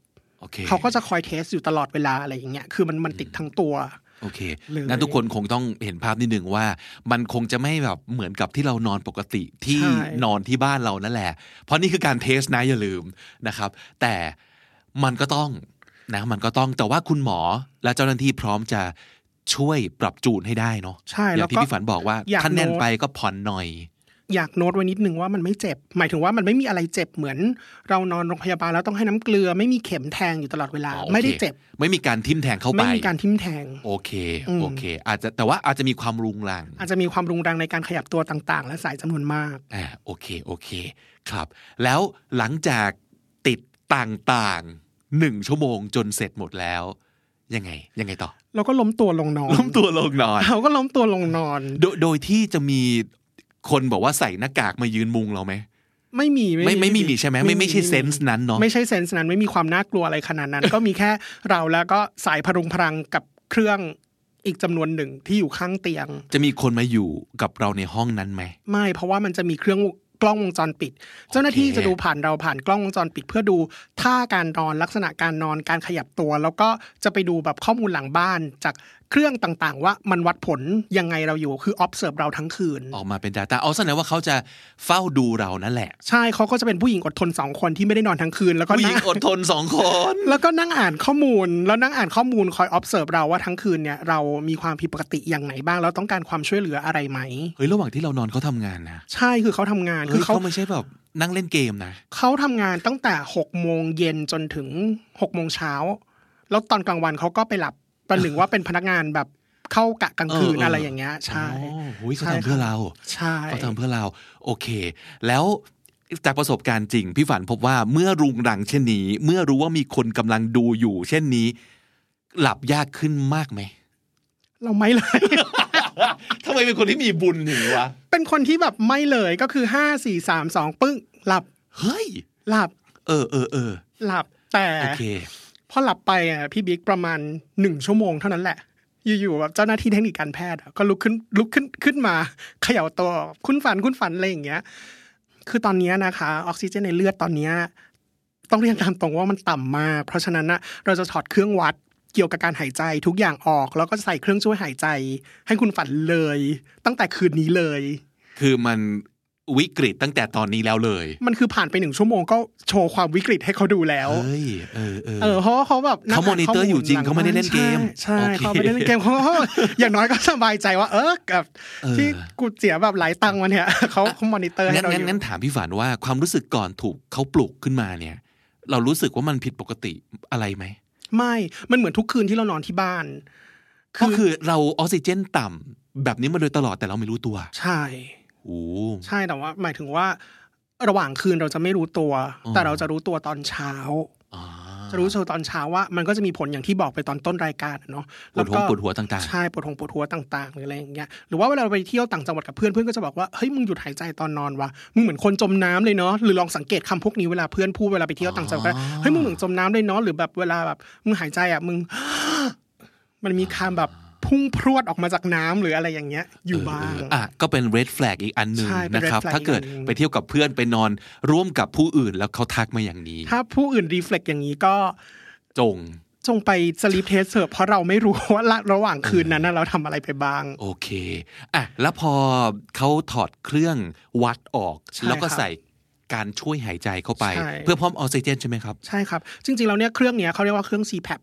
เขาก็จะคอยเทสอยู่ตลอดเวลาอะไรอย่างเงี้ยคือมันติดทั้งตัวโอเคงั้นทุกคนคงต้องเห็นภาพนิดนึงว่ามันคงจะไม่แบบเหมือนกับที่เรานอนปกติที่นอนที่บ้านเรานั่นแหละเพราะนี่คือการเทสนะอย่าลืมนะครับแต่มันก็ต้องแต่ว่าคุณหมอและเจ้าหน้าที่พร้อมจะช่วยปรับจูนให้ได้เนาะอย่างที่พี่ฝันบอกว่าถ้าแน่นไปก็ผ่อนหน่อยอยากโน้ตไว้นิดนึงว่ามันไม่เจ็บหมายถึงว่ามันไม่มีอะไรเจ็บเหมือนเรานอนโรงพยาบาลแล้วต้องให้น้ำเกลือไม่มีเข็มแทงอยู่ตลอดเวลาไม่ได้เจ็บไม่มีการทิ่มแทงเข้าไปไม่มีการทิ่มแทงโอเคอาจจะแต่ว่าอาจจะมีความรุงรังในการขยับตัวต่างๆและสายจำนวนมากโอเคครับแล้วหลังจากติดต่างๆ1 ชั่วโมงจนเสร็จหมดแล้วยังไงต่อเราก็ล้มตัวลงนอนเราก็ล้มตัวลงนอนโดยที่จะมีคนบอกว่าใส่หน้ากากมายืนมุงเราไหมไม่มีใช่ไหมไม่ใช่เซนส์นั้นเนาะไม่ใช่เซนส์นั้นไม่มีความน่ากลัวอะไรขนาดนั้น ก็มีแค่เราแล้วก็สายพรุงพรังกับเครื่องอีกจำนวนหนึ่งที่อยู่ข้างเตียงจะมีคนมาอยู่กับเราในห้องนั้นไหมไม่เพราะว่ามันจะมีเครื่องกล้องวงจรปิดเจ้าหน้าที่จะดูผ่านกล้องวงจรปิดเพื่อดูท่าการนอนลักษณะการนอนการขยับตัวแล้วก็จะไปดูแบบข้อมูลหลังบ้านจากเครื่องต่างๆว่ามันวัดผลยังไงเราอยู่คือ observe เราทั้งคืนออกมาเป็น data แสดงว่าเขาจะเฝ้าดูเรานั่นแหละใช่เขาก็จะเป็นผู้หญิงอดทน2คนที่ไม่ได้นอนทั้งคืนแล้วก็ผู้หญิงอดทน2คนแล้วก็นั่งอ่านข้อมูลคอย observe เราว่าทั้งคืนเนี่ยเรามีความผิดปกติอย่างไหนบ้างแล้วต้องการความช่วยเหลืออะไรไหมเฮ้ยระหว่างที่เรานอนเขาทำงานนะใช่คือเขาทำงานคือเขาไม่ใช่แบบนั่งเล่นเกมนะเขาทำงานตั้งแต่6 โมงเย็นจนถึง6 โมงเช้าแล้วตอนกลางวันเขาก็ไปหลับประหนึ่งว่าเป็นพนักงานแบบเข้ากะกลางคืนอะไรอย่างเงี้ยใช่เขาทำเพื่อเราใช่เขาทำเพื่อเราโอเคแล้วจากประสบการณ์จริงพี่ฝันพบว่าเมื่อรุงรังเช่นนี้เมื่อรู้ว่ามีคนกำลังดูอยู่เช่นนี้หลับยากขึ้นมากไหมเราไม่เลยทำไมเป็นคนที่มีบุญอย่างนี้วะเป็นคนที่แบบไม่เลยก็คือ5 4 3 2ปึ้งหลับเฮ้ยหลับหลับแต่โอเคพอหลับไปพี่บิ๊กประมาณ1 ชั่วโมงเท่านั้นแหละอยู่ๆแบบเจ้าหน้าที่เทคนิคการแพทย์ก็ลุกขึ้นมาเขย่าตัวคุณฝันอะไรอย่างเงี้ยคือตอนนี้นะคะออกซิเจนในเลือดตอนนี้ต้องเรียนตามตรงว่ามันต่ำมากเพราะฉะนั้นนะเราจะถอดเครื่องวัดเกี่ยวกับการหายใจทุกอย่างออกแล้วก็ใส่เครื่องช่วยหายใจให้คุณฝันเลยตั้งแต่คืนนี้เลยคือมันวิกฤตตั้งแต่ตอนนี้แล้วเลยมันคือผ่านไป1 ชั่วโมงก็โชว์ความวิกฤตให้เขาดูแล้วเฮ้ยเพราะเขาแบบเขามอนิเตอร์อยู่จริงเขาไม่ได้เล่นเกมใช่เขาไม่ได้เล่นเกมเขาอย่างน้อยก็สบายใจว่ากับที่กูเสียแบบหลายตังค์มาเนี่ยเขามอนิเตอร์ให้เราอยู่งั้นถามพี่ฝันว่าความรู้สึกก่อนถูกเขาปลุกขึ้นมาเนี่ยเรารู้สึกว่ามันผิดปกติอะไรไหมไม่มันเหมือนทุกคืนที่เรานอนที่บ้านก็คือเราออกซิเจนต่ำแบบนี้มาโดยตลอดแต่เราไม่รู้ตัวใช่ใช่แต่ว่าหมายถึงว่าระหว่างคืนเราจะไม่รู้ตัวแต่เราจะรู้ตัวตอนเช้าจะรู้ตอนเช้าว่ามันก็จะมีผลอย่างที่บอกไปตอนต้นรายการเนาะแล้วก็ปวดหัวต่างๆใช่ปวดหัวต่างๆหรืออะไรอย่างเงี้ยหรือว่าเวลาเราไปเที่ยวต่างจังหวัดกับเพื่อนก็จะบอกว่าเฮ้ยมึงหยุดหายใจตอนนอนวะมึงเหมือนคนจมน้ำเลยเนาะหรือลองสังเกตคำพวกนี้เวลาเพื่อนพูดเวลาไปเที่ยวต่างจังหวัดเฮ้ยมึงเหมือนจมน้ำเลยเนาะหรือแบบเวลาแบบมึงหายใจมึงมันมีคำแบบพุ่งพรวดออกมาจากน้ำหรืออะไรอย่างเงี้ยอยู่บ้างก็เป็น red flag อีกอันนึงนะครับถ้าเกิดไปเที่ยวกับเพื่อนไปนอนร่วมกับผู้อื่นแล้วเขาทักมาอย่างนี้ถ้าผู้อื่น reflect อย่างนี้ก็จงไป sleep test เถอะเพราะเราไม่รู้ว่าระหว่างคืนนั้นเราทำอะไรไปบ้างโอเคแล้วพอเขาถอดเครื่องวัดออกแล้วก็ใส่การช่วยหายใจเข้าไปเพื่อเพิ่มออกซิเจนใช่ไหมครับใช่ครับจริงๆแล้วเนี่ยเครื่องเนี้ยเขาเรียกว่าเครื่อง CPAP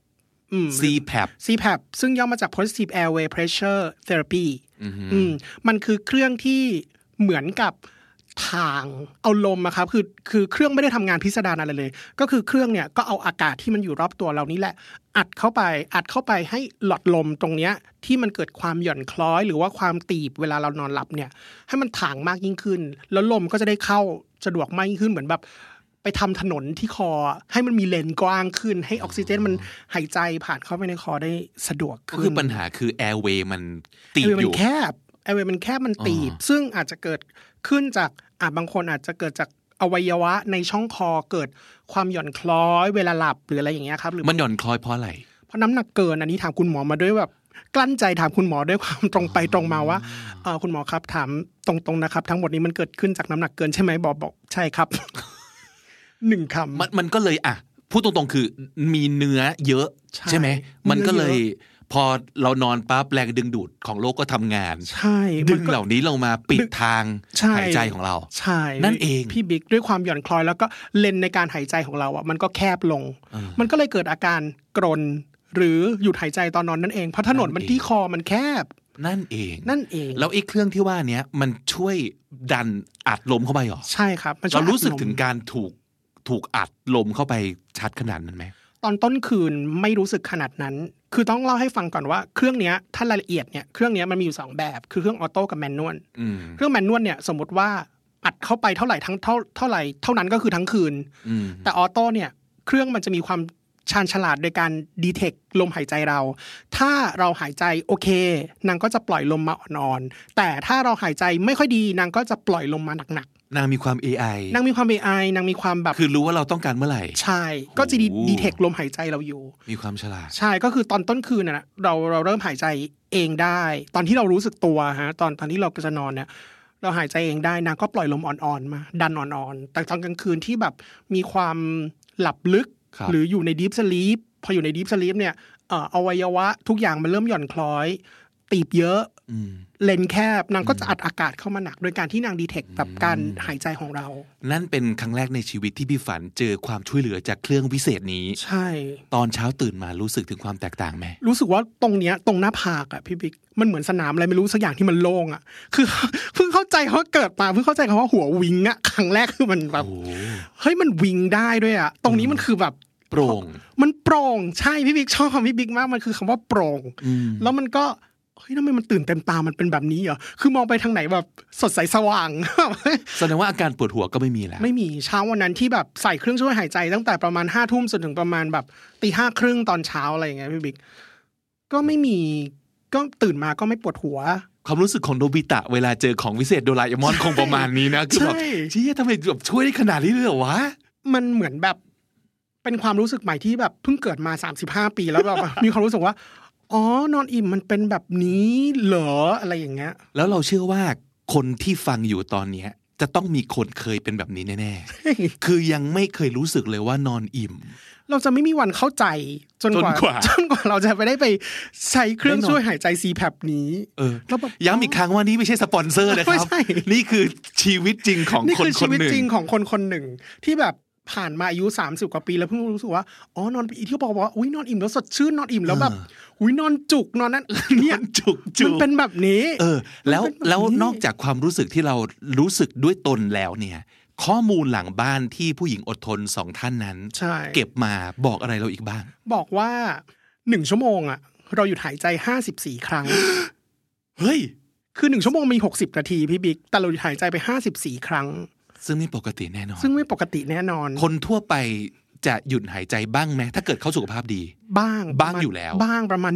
CPAP ซึ่งย่อมาจาก Positive Airway Pressure Therapy มันคือเครื่องที่เหมือนกับทางเอาลมครับคือเครื่องไม่ได้ทำงานพิสดารอะไรเลยก็คือเครื่องเนี่ยก็เอาอากาศที่มันอยู่รอบตัวเรานี่แหละอัดเข้าไปให้หลอดลมตรงเนี้ยที่มันเกิดความหย่อนคล้อยหรือว่าความตีบเวลาเรานอนหลับเนี่ยให้มันถ่างมากยิ่งขึ้นแล้วลมก็จะได้เข้าสะดวกมากยิ่งขึ้นเหมือนแบบไปทำถนนที่คอให้มันมีเลนกว้างขึ้นให้ออกซิเจนมันหายใจผ่านเข้าไปในคอได้สะดวกขึ้นก็คือปัญหาคือแอร์เวย์มันตีบอยู่แอร์เวย์มันแคบมันตีบซึ่งอาจจะเกิดขึ้นจากบางคนอาจจะเกิดจากอวัยวะในช่องคอเกิดความหย่อนคล้อยเวลาหลับหรืออะไรอย่างเงี้ยครับหรือมันหย่อนคล้อยเพราะอะไรเพราะน้ำหนักเกินอันนี้ถามคุณหมอมาด้วยแบบกลั้นใจถามคุณหมอด้วยความตรงไปตรงมาว่าคุณหมอครับถามตรงๆนะครับทั้งหมดนี้มันเกิดขึ้นจากน้ำหนักเกินใช่ไหมบอกใช่ครับ1 คำมันก็เลยพูดตรงๆคือมีเนื้อเยอะใช่ไหมมันก็เลยพอเรานอนปั๊บแรงดึงดูดของโลกก็ทำงานใช่ดึงเหล่านี้ลงมาปิดทางหายใจของเราใช่นั่นเองพี่บิ๊กด้วยความหย่อนคล้อยแล้วก็เลนในการหายใจของเราอ่ะมันก็แคบลงมันก็เลยเกิดอาการกรนหรือหยุดหายใจตอนนอนนั่นเองเพราะถนนมันที่คอมันแคบนั่นเองแล้วไอ้เครื่องที่ว่านี้มันช่วยดันอัดลมเข้าไปหรอใช่ครับเรารู้สึกถึงการถูกอัดลมเข้าไปชัดขนาดนั้นไหมตอนต้นคืนไม่รู้สึกขนาดนั้นคือต้องเล่าให้ฟังก่อนว่าเครื่องนี้ถ้ารายละเอียดเนี่ยเครื่องนี้มันมีอยู่2แบบคือเครื่องออโต้กับแมนนวลเครื่องแมนนวลเนี่ยสมมติว่าอัดเข้าไปเท่าไหร่เท่าไหร่เท่านั้นก็คือทั้งคืนแต่ออโต้เนี่ยเครื่องมันจะมีความชาญฉลาดโดยการดีเทคลมหายใจเราถ้าเราหายใจโอเคนางก็จะปล่อยลมมาอ่อนๆแต่ถ้าเราหายใจไม่ค่อยดีนางก็จะปล่อยลมมาหนักนางมีความ AI นางมีความ AI นางมีความแบบคือรู้ว่าเราต้องการเมื่อไหร่ใช่ก็จะดีเทคลมหายใจเราอยู่มีความฉลาดใช่ก็คือตอนต้นคืนน่ะเราเริ่มหายใจเองได้ตอนที่เรารู้สึกตัวฮะตอนที่เราจะนอนเนี่ยเราหายใจเองได้นางก็ปล่อยลมอ่อนๆมาดันอ่อนๆแต่ตอนกลางคืนที่แบบมีความหลับลึกหรืออยู่ใน deep sleep พออยู่ใน deep sleep เนี่ยอวัยวะทุกอย่างมันเริ่มหย่อนคล้อยตีบเยอะเลนแคบนางก็จะอัดอากาศเข้ามาหนักโดยการที่นางดีเทคแบบการหายใจของเรานั่นเป็นครั้งแรกในชีวิตที่พี่ฝันเจอความช่วยเหลือจากเครื่องวิเศษนี้ใช่ตอนเช้าตื่นมารู้สึกถึงความแตกต่างไหมรู้สึกว่าตรงเนี้ยตรงหน้าผากอ่ะพี่บิ๊กมันเหมือนสนามอะไรไม่รู้สักอย่างที่มันโล่งอ่ะคือเพิ่งเข้าใจเขาเกิดมาเพิ่งเข้าใจคำว่าหัววิงอ่ะครั้งแรกคือมันแบบเฮ้ยมันวิงได้ด้วยอ่ะตรงนี้มันคือแบบโปร่งมันโปร่งใช่พี่บิ๊กชอบคำพี่บิ๊กมากมันคือคำว่าโปร่งแล้วมันก็เฮ้ยทำไมมันตื่นเต็มตามันเป็นแบบนี้เหรอคือมองไปทางไหนแบบสดใสสว่างแสดงว่าอาการปวดหัวก็ไม่มีแล้วไม่มีเช้าวันนั้นที่แบบใส่เครื่องช่วยหายใจตั้งแต่ประมาณ5 ทุ่มจนถึงประมาณแบบ5:30ตอนเช้าอะไรอย่างเงี้ยพี่บิ๊กก็ไม่มีก็ตื่นมาก็ไม่ปวดหัวความรู้สึกของโนบิตะเวลาเจอของวิเศษโดราเอมอนคงประมาณนี้นะคือแบบเชี่ยทำไมแบบช่วยได้ขนาดนี้เลยเหรอวะมันเหมือนแบบเป็นความรู้สึกใหม่ที่แบบเพิ่งเกิดมา35 ปีแล้วแบบมีความรู้สึกว่าอ๋อนอนอิ่มมันเป็นแบบนี้เหรออะไรอย่างเงี้ยแล้วเราเชื่อว่าคนที่ฟังอยู่ตอนเนี้ยจะต้องมีคนเคยเป็นแบบนี้แน่ๆคือยังไม่เคยรู้สึกเลยว่านอนอิ่มเราจะไม่มีวันเข้าใจจนกว่าเราจะไปใช้เครื่องช่วยหายใจ CPAP นี้แล้วย้ำอีกครั้งว่านี่ไม่ใช่สปอนเซอร์นะครับนี่คือชีวิตจริงของคนคนหนึ่งนี่คือชีวิตจริงของคนหนึ่งที่แบบผ่านมาอายุ30 กว่าปีแล้วเพิ่งรู้สึกว่าอ๋อนอนอีที่บอกว่าอุ้ยนอนอิ่มแล้วสดชื่นนอนอิ่มแล้วแบบอุ้ยนอนจุกนอนนั้นเนี่ยจุกมันเป็นแบบนี้แล้วนอกจากความรู้สึกที่เรารู้สึกด้วยตนแล้วเนี่ยข้อมูลหลังบ้านที่ผู้หญิงอดทน2ท่านนั้นเก็บมาบอกอะไรเราอีกบ้างบอกว่า1 ชั่วโมงอ่ะเราหยุดหายใจ54 ครั้งเฮ้ยคือ1 ชั่วโมงมี60 นาทีพี่บิ๊กแต่เราหยุดหายใจไป54 ครั้งซึ่งไม่ปกติแน่นอนคนทั่วไปจะหยุดหายใจบ้างไหมถ้าเกิดเขาสุขภาพดีบ้างอยู่แล้วบ้างประมาณ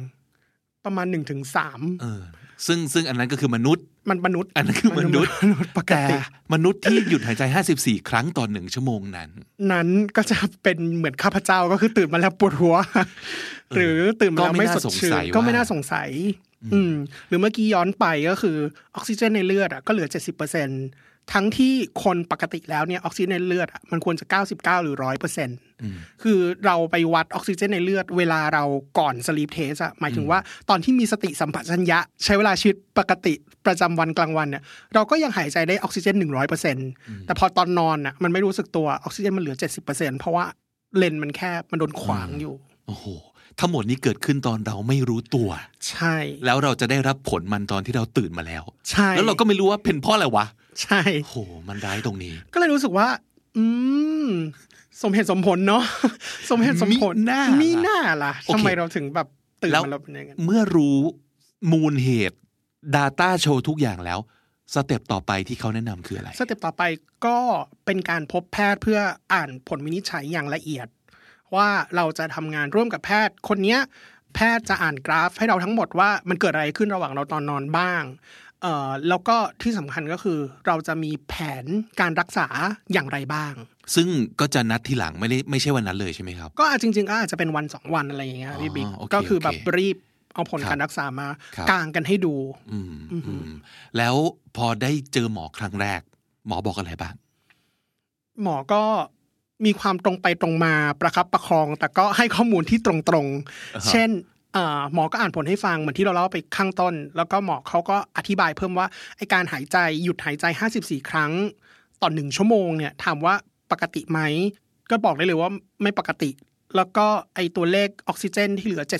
1 ถึง 3 ซึ่งอันนั้นก็คือมนุษย์อันนั้นคือมนุษย์แต่มนุษย์ที่หยุดหายใจ54 ครั้งต่อ1 ชั่วโมงนั้นก็จะเป็นเหมือนข้าพเจ้าก็คือตื่นมาแล้วปวดหัวหรือตื่นมาแล้วไม่สดชื่นก็ไม่น่าสงสัยหรือเมื่อกี้ย้อนไปก็คือออกซิเจนในเลือดก็เหลือ 70%ทั้งที่คนปกติแล้วเนี่ยออกซิเจนในเลือดมันควรจะ99หรือ 100% คือเราไปวัดออกซิเจนในเลือดเวลาเราก่อนสลีปเทสหมายถึงว่าตอนที่มีสติสัมปชัญญะใช้เวลาชีวิตปกติประจำวันกลางวันเนี่ยเราก็ยังหายใจได้ออกซิเจน 100% แต่พอตอนนอนมันไม่รู้สึกตัวออกซิเจนมันเหลือ 70% เพราะว่าเลนมันแคบมันโดนขวางอยู่โอ้โหทั้งหมดนี้เกิดขึ้นตอนเราไม่รู้ตัวใช่แล้วเราจะได้รับผลมันตอนที่เราตื่นมาแล้วใช่แล้วเราก็ไม่รู้ว่าเป็นเพราะอะไรวะใช่โหมันร้ายตรงนี้ก็เลยรู้สึกว่าสมเหตุสมผลเนาะสมเหตุสมผลมีหน้าล่ะทำไมเราถึงแบบตื่นมาแล้วเป็นอย่างนั้นเมื่อรู้มูลเหตุ Data โชว์ทุกอย่างแล้วสเต็ปต่อไปที่เขาแนะนำคืออะไรสเต็ปต่อไปก็เป็นการพบแพทย์เพื่ออ่านผลวินิจฉัยอย่างละเอียดว่าเราจะทำงานร่วมกับแพทย์คนนี้แพทย์จะอ่านกราฟให้เราทั้งหมดว่ามันเกิดอะไรขึ้นระหว่างเราตอนนอนบ้างแล้วก็ที่สำคัญก็คือเราจะมีแผนการรักษาอย่างไรบ้างซึ่งก็จะนัดทีหลังไม่ใช่วันนั้นเลยใช่ไหมครับก็จริงๆก็อาจจะเป็นวัน2 วันอะไรอย่างเงี้ยพี่บิ๊กก็คือแบบรีบเอาผลการรักษามากางกันให้ดูแล้วพอได้เจอหมอครั้งแรกหมอบอกอะไรบ้างหมอก็มีความตรงไปตรงมาประคับประคองแต่ก็ให้ข้อมูลที่ตรงๆ เช่นหมอก็อ่านผลให้ฟังเหมือนที่เราเล่าไปข้างต้นแล้วก็หมอเขาก็อธิบายเพิ่มว่าไอ้การหายใจหยุดหายใจ54ครั้งต่อ1ชั่วโมงเนี่ยถามว่าปกติไหมก็บอกได้เลยว่าไม่ปกติแล้วก็ไอ้ตัวเลขออกซิเจนที่เหลือ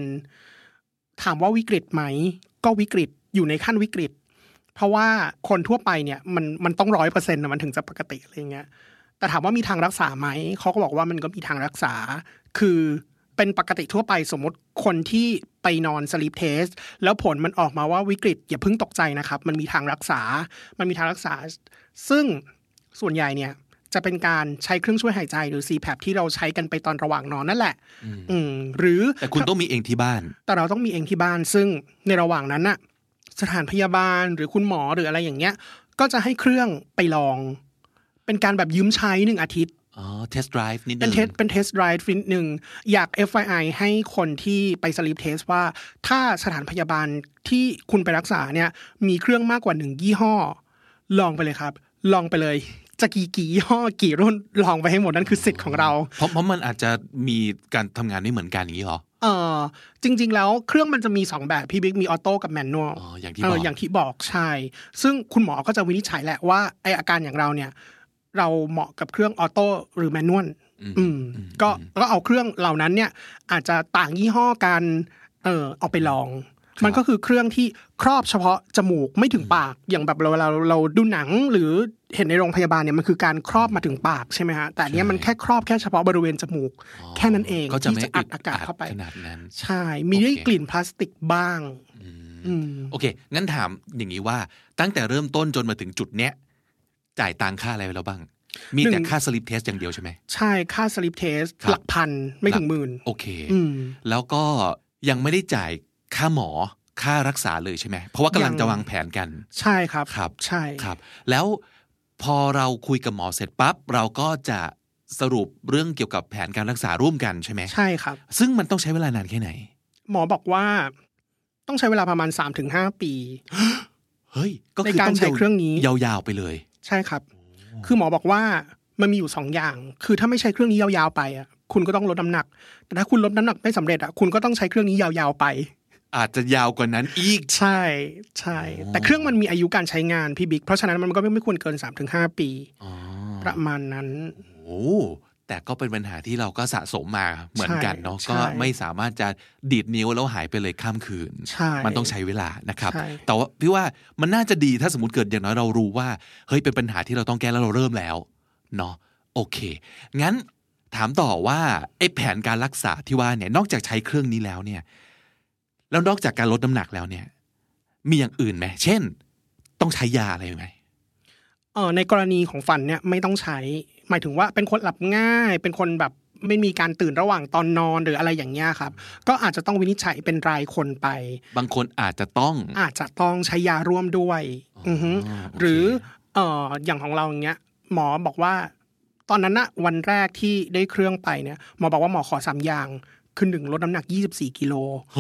70% ถามว่าวิกฤตไหมก็วิกฤตอยู่ในขั้นวิกฤตเพราะว่าคนทั่วไปเนี่ยมันต้อง 100% นะมันถึงจะปกติอะไรเงี้ยแต่ถามว่ามีทางรักษาไหมเขาก็บอกว่ามันก็มีทางรักษาคือเป็นปกติทั่วไปสมมติคนที่ไปนอนสลีปเทสแล้วผลมันออกมาว่าวิกฤตอย่าเพิ่งตกใจนะครับมันมีทางรักษาซึ่งส่วนใหญ่เนี่ยจะเป็นการใช้เครื่องช่วยหายใจหรือ CPAP ที่เราใช้กันไปตอนระหว่างนอนนั่นแหละหรือแต่คุณต้องมีเองที่บ้านแต่เราต้องมีเองที่บ้านซึ่งในระหว่างนั้นน่ะสถานพยาบาลหรือคุณหมอหรืออะไรอย่างเงี้ยก็จะให้เครื่องไปลองเป็นการแบบยืมใช้1 อาทิตย์ test drive นิดนึงเป็น test drive นิดนึงอยาก FYI ให้คนที่ไป sleep test ว่าถ้าสถานพยาบาลที่คุณไปรักษาเนี่ยมีเครื่องมากกว่า1ยี่ห้อลองไปเลยครับลองไปเลยจะกี่ยี่ห้อกี่รุ่นลองไปให้หมดนั่นคือสิทธิ์ของเราเพราะมันอาจจะมีการทำงานไม่เหมือนกันอย่างนี้หรอจริงๆแล้วเครื่องมันจะมี2แบบพี่บิ๊กมีออโต้กับแมนนวลอย่างที่บอกใช่ซึ่งคุณหมอก็จะวินิจฉัยแหละว่าไออาการอย่างเราเนี่ยเราเหมาะกับเครื่องออโต้หรือแมนนวลก็เอาเครื่องเหล่านั้นเนี่ยอาจจะต่างยี่ห้อกันเอาไปลองมันก็คือเครื่องที่ครอบเฉพาะจมูกไม่ถึงปากอย่างแบบเราดูหนังหรือเห็นในโรงพยาบาลเนี่ยมันคือการครอบมาถึงปากใช่ไหมฮะแต่อันนี้มันแค่ครอบแค่เฉพาะบริเวณจมูกแค่นั้นเองที่จะอัดอากาศเข้าไปขนาดนั้นใช่มีได้กลิ่นพลาสติกบ้างโอเคงั้นถามอย่างนี้ว่าตั้งแต่เริ่มต้นจนมาถึงจุดเนี้ยจ่ายตังค่าอะไรไปแล้วบ้างมีแต่ค่า sleep test อย่างเดียวใช่ไหมใช่ค่า sleep test หลักพันไม่ถึงหมื่นโอเคแล้วก็ยังไม่ได้จ่ายค่าหมอค่ารักษาเลยใช่ไหมเพราะว่ากำลังจะวางแผนกันใช่ครับใช่ครับแล้วพอเราคุยกับหมอเสร็จปั๊บเราก็จะสรุปเรื่องเกี่ยวกับแผนการรักษาร่วมกันใช่ไหมใช่ครับซึ่งมันต้องใช้เวลานานแค่ไหนหมอบอกว่าต้องใช้เวลาประมาณ 3-5 ปีเฮ้ยก็คือต้องใช้เครื่องนี้ยาวๆไปเลยใช่ครับคือหมอบอกว่ามันมีอยู่2อย่างคือถ้าไม่ใช้เครื่องนี้ยาวๆไปอ่ะคุณก็ต้องลดน้ำหนักแต่ถ้าคุณลดน้ำหนักไม่สำเร็จอ่ะคุณก็ต้องใช้เครื่องนี้ยาวๆไปอาจจะยาวกว่านั้นอีกใช่แต่เครื่องมันมีอายุการใช้งานพี่บิ๊กเพราะฉะนั้นมันก็ไม่ควรเกิน 3-5 ปีประมาณนั้นโอ้แต่ก็เป็นปัญหาที่เราก็สะสมมาเหมือนกันเนาะก็ไม่สามารถจะดีดนิ้วแล้วหายไปเลยข้ามคืนมันต้องใช้เวลานะครับแต่ว่าพี่ว่ามันน่าจะดีถ้าสมมติเกิดอย่างน้อยเรารู้ว่าเฮ้ยเป็นปัญหาที่เราต้องแก้แล้วเราเริ่มแล้วเนาะโอเคงั้นถามต่อว่าไอ้แผนการรักษาที่ว่าเนี่ยนอกจากใช้เครื่องนี้แล้วเนี่ยแล้วนอกจากการลดน้ำหนักแล้วเนี่ยมีอย่างอื่นไหมเช่นต้องใช้ยาอะไรไหมในกรณีของฟันเนี่ยไม่ต้องใช้หมายถึงว่าเป็นคนหลับง่ายเป็นคนแบบไม่มีการตื่นระหว่างตอนนอนหรืออะไรอย่างเงี้ยครับก็อาจจะต้องวินิจฉัยเป็นรายคนไปบางคนอาจจะต้องใช้ยาร่วมด้วยหรืออย่างของเราอย่างเงี้ยหมอบอกว่าตอนนั้นนะวันแรกที่ได้เครื่องไปเนี่ยหมอบอกว่าหมอขอ3อย่างคือ1ลดน้ำหนัก24กิโล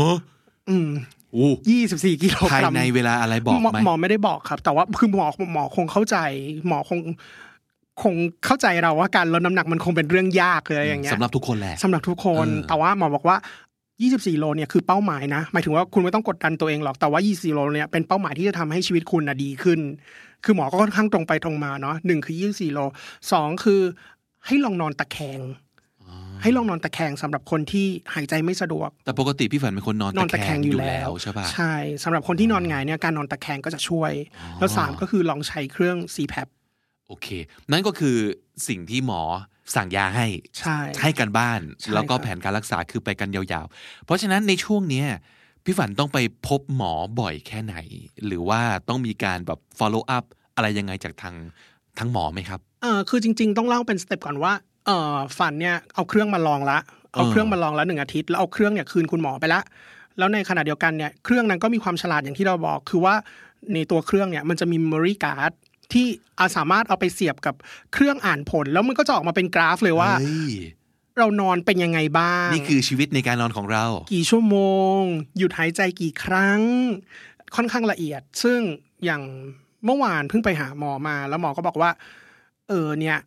24 กิโลกรัมภายในเวลาอะไรบอกไหมหมอไม่ได้บอกครับแต่ว่าคือหมอคงเข้าใจหมอคงเข้าใจเราว่าการลดน้ำหนักมันคงเป็นเรื่องยากเลยอย่างเงี้ยสำหรับทุกคนแหละสำหรับทุกคนแต่ว่าหมอบอกว่า24โลเนี่ยคือเป้าหมายนะหมายถึงว่าคุณไม่ต้องกดดันตัวเองหรอกแต่ว่า24โลเนี่ยเป็นเป้าหมายที่จะทำให้ชีวิตคุณดีขึ้นคือหมอก็ค่อนข้างตรงไปตรงมาเนาะ1คือ24โล2คือให้ลองนอนตะแคงสำหรับคนที่หายใจไม่สะดวกแต่ปกติพี่ฝันเป็นคนนอนตะแคงอยู่แล้วใช่ป่ะใช่สำหรับคนที่นอนหงายเนี่ยการนอนตะแคงก็จะช่วยแล้ว3ก็คือลองใช้เครื่อง CPAP โอเคนั่นก็คือสิ่งที่หมอสั่งยาให้กันบ้านแล้วก็แผนการรักษาคือไปกันยาวๆเพราะฉะนั้นในช่วงนี้พี่ฝันต้องไปพบหมอบ่อยแค่ไหนหรือว่าต้องมีการแบบ follow up อะไรยังไงจากทางหมอไหมครับคือจริงๆต้องเล่าเป็นสเต็ปก่อนว่าฝันเนี่ยเอาเครื่องมาลองละ1 อาทิตย์แล้วเอาเครื่องเนี่ยคืนคุณหมอไปละแล้วในขณะเดียวกันเนี่ยเครื่องนั้นก็มีความฉลาดอย่างที่เราบอกคือว่าในตัวเครื่องเนี่ยมันจะมี memory card ที่สามารถเอาไปเสียบกับเครื่องอ่านผลแล้วมันก็จะออกมาเป็นกราฟเลยว่าเรานอนเป็นยังไงบ้างนี่คือชีวิตในการนอนของเรากี่ชั่วโมงหยุดหายใจกี่ครั้งค่อนข้างละเอียดซึ่งอย่างเมื่อวานเพิ่งไปหาหมอมาแล้วหมอก็บอกว่าเนี่ย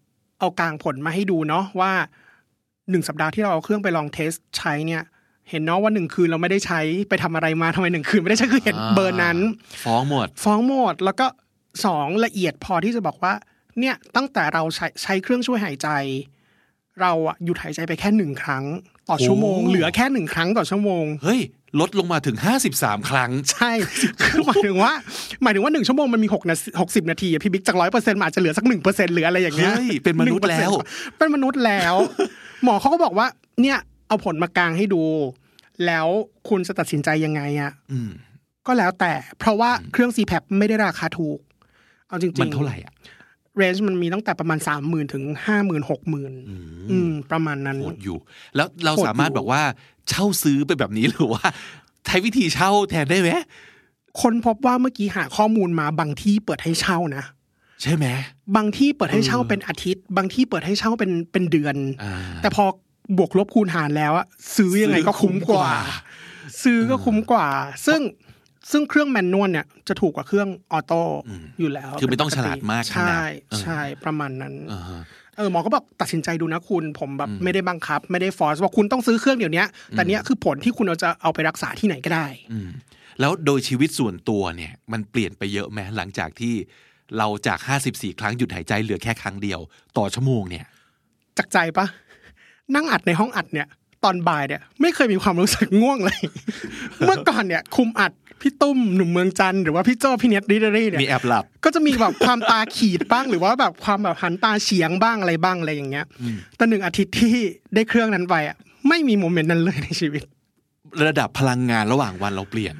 เอากลางผลมาให้ดูเนาะว่า1สัปดาห์ที่เราเอาเครื่องไปลองเทสใช้เนี่ยเห็นเนาะว่า1คืนเราไม่ได้ใช้ไปทำอะไรมาทำไม1คืนไม่ได้ใช้คือเห็นเบอร์นั้นฟ้องหมดแล้วก็2ละเอียดพอที่จะบอกว่าเนี่ยตั้งแต่เราใช้เครื่องช่วยหายใจเราอะหยุดหายใจไปแค่1ครั้งต่อชั่วโมงเหลือแค่1ครั้งต่อชั่วโมงเฮ้ยลดลงมาถึง53ครั้งใช่คือหมายถึงว่า1ชั่วโมงมันมี60นาทีพี่บิ๊กจาก 100% มันอาจจะเหลือสัก 1% หรืออะไรอย่างเงี้ยเฮ้ยเป็นมนุษย์แล้วหมอเขาก็บอกว่าเนี่ยเอาผลมากางให้ดูแล้วคุณจะตัดสินใจยังไงอ่ะก็แล้วแต่เพราะว่าเครื่อง CPAP ไม่ได้ราคาถูกเอาจริงๆมันเท่าไหร่อ่ะเรนจ์มันมีตั้งแต่ประมาณ 30,000 ถึง 50,000 ประมาณนั้นโหดอยู่แล้วเราสามารถบอกว่าเช่าซื้อไปแบบนี้หรือว่าใช้วิธีเช่าแทนได้ไหมคนพบว่าเมื่อกี้หาข้อมูลมาบางที่เปิดให้เช่านะใช่ไหมบางที่เปิดให้เช่าเป็นอาทิตย์บางที่เปิดให้เช่าเป็นเดือนแต่พอบวกลบคูณหารแล้วอะซื้อยังไงก็คุ้มกว่าซึ่งเครื่องแมนนวลเนี่ยจะถูกกว่าเครื่องออโต้อยู่แล้วคือไม่ต้องฉลาดมากใช่ประมาณนั้นหมอก็บอกตัดสินใจดูนะคุณผมแบบไม่ได้บังคับไม่ได้ฟอร์สว่าคุณต้องซื้อเครื่องเดี๋ยวนี้แต่เนี้ยคือผลที่คุณจะเอาไปรักษาที่ไหนก็ได้แล้วโดยชีวิตส่วนตัวเนี่ยมันเปลี่ยนไปเยอะไหมหลังจากที่เราจาก54ครั้งหยุดหายใจเหลือแค่ครั้งเดียวต่อชั่วโมงเนี่ยจากใจปะนั่งอัดในห้องอัดเนี่ยตอนบ่ายเนี่ยไม่เคยมีความรู้สึกง่วงเลย เมื่อก่อนเนี่ยคุมอัดพี่ตุ้มหนุ่มเมืองจันทร์หรือว่าพี่โจ้พี่เน็ตดิเดอรี่เนี่ยมีแอบหลับก็จะมีแบบความตาขีดบ้างหรือว่าแบบความแบบหันตาเฉียงบ้างอะไรบ้างอะไรอย่างเงี้ยแต่1อาทิตย์ที่ได้เครื่องนั้นไปอ่ะไม่มีโมเมนต์นั้นเลยในชีวิตระดับพลังงานระหว่างวันเราเปลี่ยน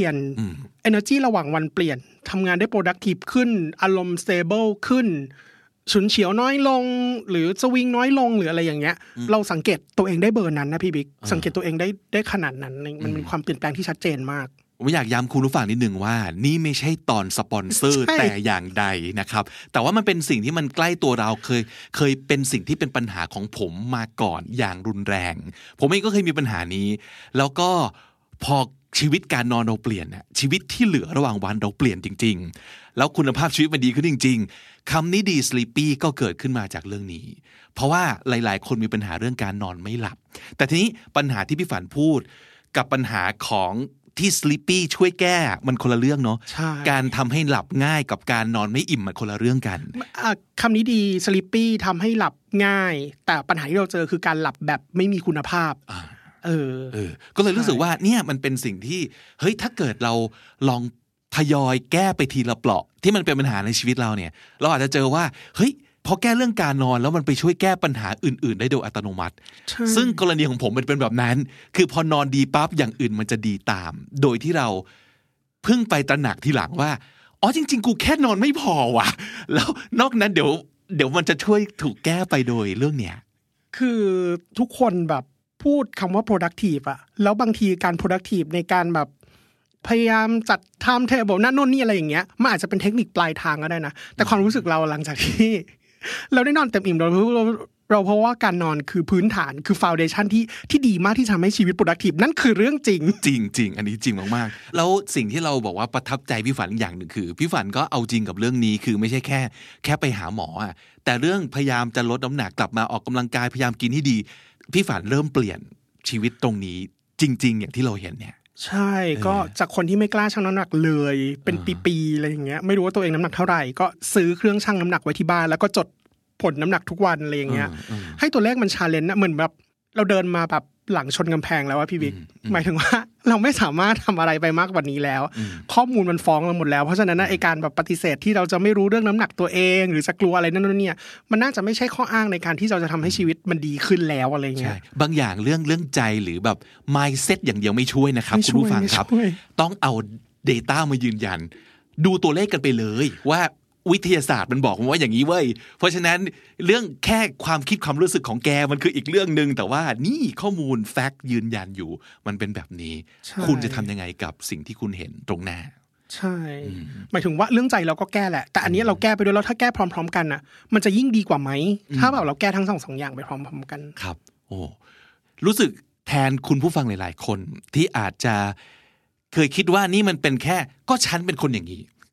energy ระหว่างวันเปลี่ยนทำงานได้ productive ขึ้นอารมณ์ stable ขึ้นฉุนเฉียวน้อยลงหรือสวิงน้อยลงหรืออะไรอย่างเงี้ยเราสังเกตตัวเองได้เบอร์นั้นนะพี่บิ๊กสังเกตตัวเองได้ขนาดนั้นมันมีความเปลี่ยนแปลงที่ชัดเจนมากผมอยากย้ำคุณผู้ฟังนิดนึงว่านี่ไม่ใช่ตอนสปอนเซอร์แต่อย่างใดนะครับแต่ว่ามันเป็นสิ่งที่มันใกล้ตัวเราเคยเป็นสิ่งที่เป็นปัญหาของผมมาก่อนอย่างรุนแรงผมเองก็เคยมีปัญหานี้แล้วก็พอชีวิตการนอนเราเปลี่ยนน่ะชีวิตที่เหลือระหว่างวันเราเปลี่ยนจริงๆแล้วคุณภาพชีวิตมันดีขึ้นจริงๆคำนี้ดี sleepy ก็เกิดขึ้นมาจากเรื่องนี้เพราะว่าหลายๆคนมีปัญหาเรื่องการนอนไม่หลับแต่ทีนี้ปัญหาที่พี่ฝันพูดกับปัญหาของที่ sleepy ช่วยแก้มันคนละเรื่องเนาะการทำให้หลับง่ายกับการนอนไม่อิ่มมันคนละเรื่องกันคำนี้ดี sleepy ทำให้หลับง่ายแต่ปัญหาที่เราเจอคือการหลับแบบไม่มีคุณภาพก็เลยรู้สึกว่าเนี่ยมันเป็นสิ่งที่เฮ้ยถ้าเกิดเราลองทยอยแก้ไปทีละเปราะที่มันเป็นปัญหาในชีวิตเราเนี่ยเราอาจจะเจอว่าเฮ้ยพอแก้เรื่องการนอนแล้วมันไปช่วยแก้ปัญหาอื่นๆได้โดยอัตโนมัติซึ่งกรณีของผมมันเป็นแบบนั้นคือพอนอนดีปั๊บอย่างอื่นมันจะดีตามโดยที่เราเพิ่งไปตระหนักทีหลังว่าอ๋อจริงๆกูแค่นอนไม่พอว่ะแล้วนอกนั้นเดี๋ยวมันจะช่วยถูกแก้ไปโดยเรื่องเนี้ยคือทุกคนแบบพูดคำว่า productive อะแล้วบางทีการ productive ในการแบบพยายามจัด time table นั่นโน่นนี่อะไรอย่างเงี้ยมันอาจจะเป็นเทคนิคปลายทางก็ได้นะแต่ความรู้สึกเราหลังจากที่เราได้นอนเต็มอิ่มเราเพราะว่าการนอนคือพื้นฐานคือ foundation ที่ดีมากที่ทำให้ชีวิต productive นั่นคือเรื่องจริงจริงอันนี้จริงมากๆแล้วสิ่งที่เราบอกว่าประทับใจพี่ฝันอย่างหนึ่งคือพี่ฝันก็เอาจริงกับเรื่องนี้คือไม่ใช่แค่ไปหาหมออะแต่เรื่องพยายามจะลดน้ำหนักกลับมาออกกำลังกายพยายามกินให้ดีพี่ฝันเริ่มเปลี่ยนชีวิตตรงนี้จริงๆอย่างที่เราเห็นเนี่ยใช่ก็จากคนที่ไม่กล้าชั่งน้ำหนักเลยเป็นปีๆอะไรอย่างเงี้ยไม่รู้ว่าตัวเองน้ำหนักเท่าไหร่ก็ซื้อเครื่องชั่งน้ำหนักไว้ที่บ้านแล้วก็จดผลน้ำหนักทุกวันอะไรอย่างเงี้ยให้ตัวเลขมันชาเลนจ์นะเหมือนแบบเราเดินมาแบบหลังชนกำแพงแล้วว่าพี่บิ๊กหมายถึงว่าเราไม่สามารถทำอะไรไปมากกว่านี้แล้วข้อมูลมันฟ้องเราหมดแล้วเพราะฉะนั้นไอ้การแบบปฏิเสธที่เราจะไม่รู้เรื่องน้ำหนักตัวเองหรือจะกลัวอะไรนั่นเนี่ยมันน่าจะไม่ใช่ข้ออ้างในการที่เราจะทำให้ชีวิตมันดีขึ้นแล้วอะไรเงี้ยบางอย่างเรื่องใจหรือแบบ mindset อย่างเดียวไม่ช่วยนะครับคุณผู้ฟังครับต้องเอา data มายืนยันดูตัวเลขกันไปเลยว่าวิทยาศาสตร์มันบอกว่าอย่างนี้เว้ยเพราะฉะนั้นเรื่องแค่ความคิดความรู้สึกของแกมันคืออีกเรื่องนึงแต่ว่านี่ข้อมูลแฟกต์ยืนยันอยู่มันเป็นแบบนี้คุณจะทำยังไงกับสิ่งที่คุณเห็นตรงหน้าใช่หมายถึงว่าเรื่องใจเราก็แก้แหละแต่อันนี้เราแก้ไปด้วยแล้วถ้าแก้พร้อมๆกันน่ะมันจะยิ่งดีกว่าไหมถ้าแบบเราแก้ทั้งสองอย่างไปพร้อมๆกันครับโอ้รู้สึกแทนคุณผู้ฟังหลายๆคนที่อาจจะเคยคิดว่านี่มันเป็นแค่ก็ฉันเป็นคนอย่างนี้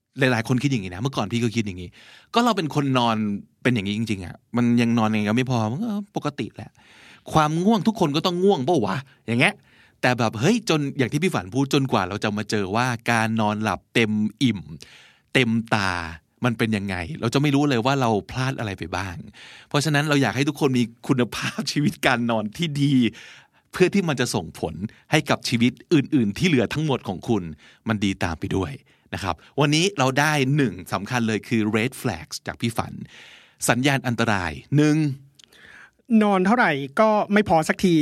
หลายๆคนคิดอย่างนี้นะเมื่อก่อนพี่ก็คิดอย่างนี้ก็เราเป็นคนนอนเป็นอย่างนี้จริงๆอ่ะมันยังนอนยังไงก็ไม่พอมันก็ปกติแหละความง่วงทุกคนก็ต้องง่วงเปล่าวะอย่างเงี้ยแต่แบบเฮ้ยจนอย่างที่พี่ฝันพูดจนกว่าเราจะมาเจอว่าการนอนหลับเต็มอิ่มเต็มตามันเป็นยังไงเราจะไม่รู้เลยว่าเราพลาดอะไรไปบ้างเพราะฉะนั้นเราอยากให้ทุกคนมีคุณภาพชีวิตการนอนที่ดีเพื่อที่มันจะส่งผลให้กับชีวิตอื่นๆที่เหลือทั้งหมดของคุณมันดีตามไปด้วยนะครับวันนี้เราได้1สำคัญเลยคือ red flags จากพี่ฝันสัญญาณอันตราย1 นอนเท่าไหร่ก็ไม่พอสักที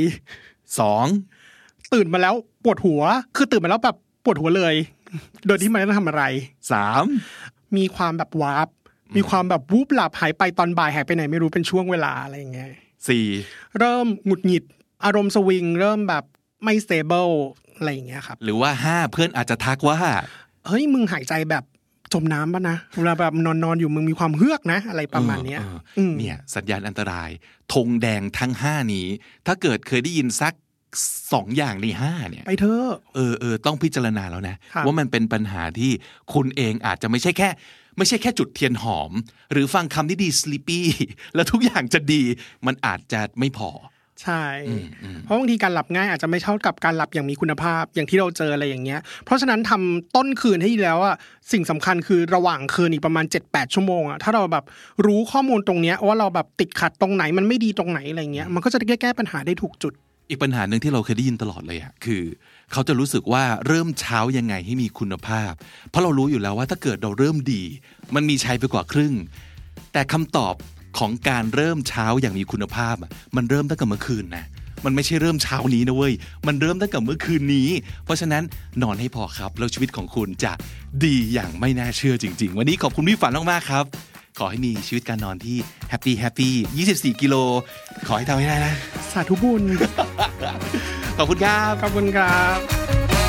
2 ตื่นมาแล้วปวดหัวคือตื่นมาแล้วแบบปวดหัวเลยโดยที่ไม่ได้ทำอะไร3มีความแบบวาร์ปมีความแบบวูบหลับหายไปตอนบ่ายหายไปไหนไม่รู้เป็นช่วงเวลาอะไรอย่างเงี้ย4เริ่มหงุดหงิดอารมณ์สวิงเริ่มแบบไม่ stable อะไรอย่างเงี้ยครับหรือว่า5เพื่อนอาจจะทักว่าเฮ้ยมึงหายใจแบบจมน้ำป่ะนะเวลาแบบนอนอยู่มึงมีความเฮือกนะอะไรประมาณเนี้ยเนี่ยสัญญาณอันตรายธงแดงทั้ง5นี้ถ้าเกิดเคยได้ยินสัก2อย่างใน5เนี่ยไปเถอะต้องพิจารณาแล้วนะว่ามันเป็นปัญหาที่คุณเองอาจจะไม่ใช่แค่จุดเทียนหอมหรือฟังคำที่ดี sleepy แล้วทุกอย่างจะดีมันอาจจะไม่พอใช่เพราะบางทีการหลับง่ายอาจจะไม่เท่ากับการหลับอย่างมีคุณภาพอย่างที่เราเจออะไรอย่างเงี้ยเพราะฉะนั้นทำต้นคืนให้ดีแล้วอ่ะสิ่งสำคัญคือระหว่างคืนอีกประมาณ 7-8 ชั่วโมงอ่ะถ้าเราแบบรู้ข้อมูลตรงเนี้ยว่าเราแบบติดขัดตรงไหนมันไม่ดีตรงไหนอะไรเงี้ยมันก็จะแก้ปัญหาได้ถูกจุดอีกปัญหาหนึ่งที่เราเคยได้ยินตลอดเลยอ่ะคือเขาจะรู้สึกว่าเริ่มเช้ายังไงให้มีคุณภาพเพราะเรารู้อยู่แล้วว่าถ้าเกิดเราเริ่มดีมันมีชัยไปกว่าครึ่งแต่คำตอบของการเริ่มเช้าอย่างมีคุณภาพมันเริ่มตั้งแต่เมื่อคืนนะมันไม่ใช่เริ่มเช้านี้นะเว้ยมันเริ่มตั้งแต่เมื่อคืนนี้เพราะฉะนั้นนอนให้พอครับแล้วชีวิตของคุณจะดีอย่างไม่น่าเชื่อจริงๆวันนี้ขอบคุณพี่ฝันมากๆครับขอให้มีชีวิตการนอนที่แฮปปี้24กิโลขอให้ทำให้ได้นะสาธุบุญขอบคุณครับขอบคุณครับ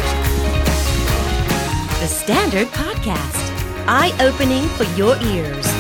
The Standard Podcast Eye Opening for Your Ears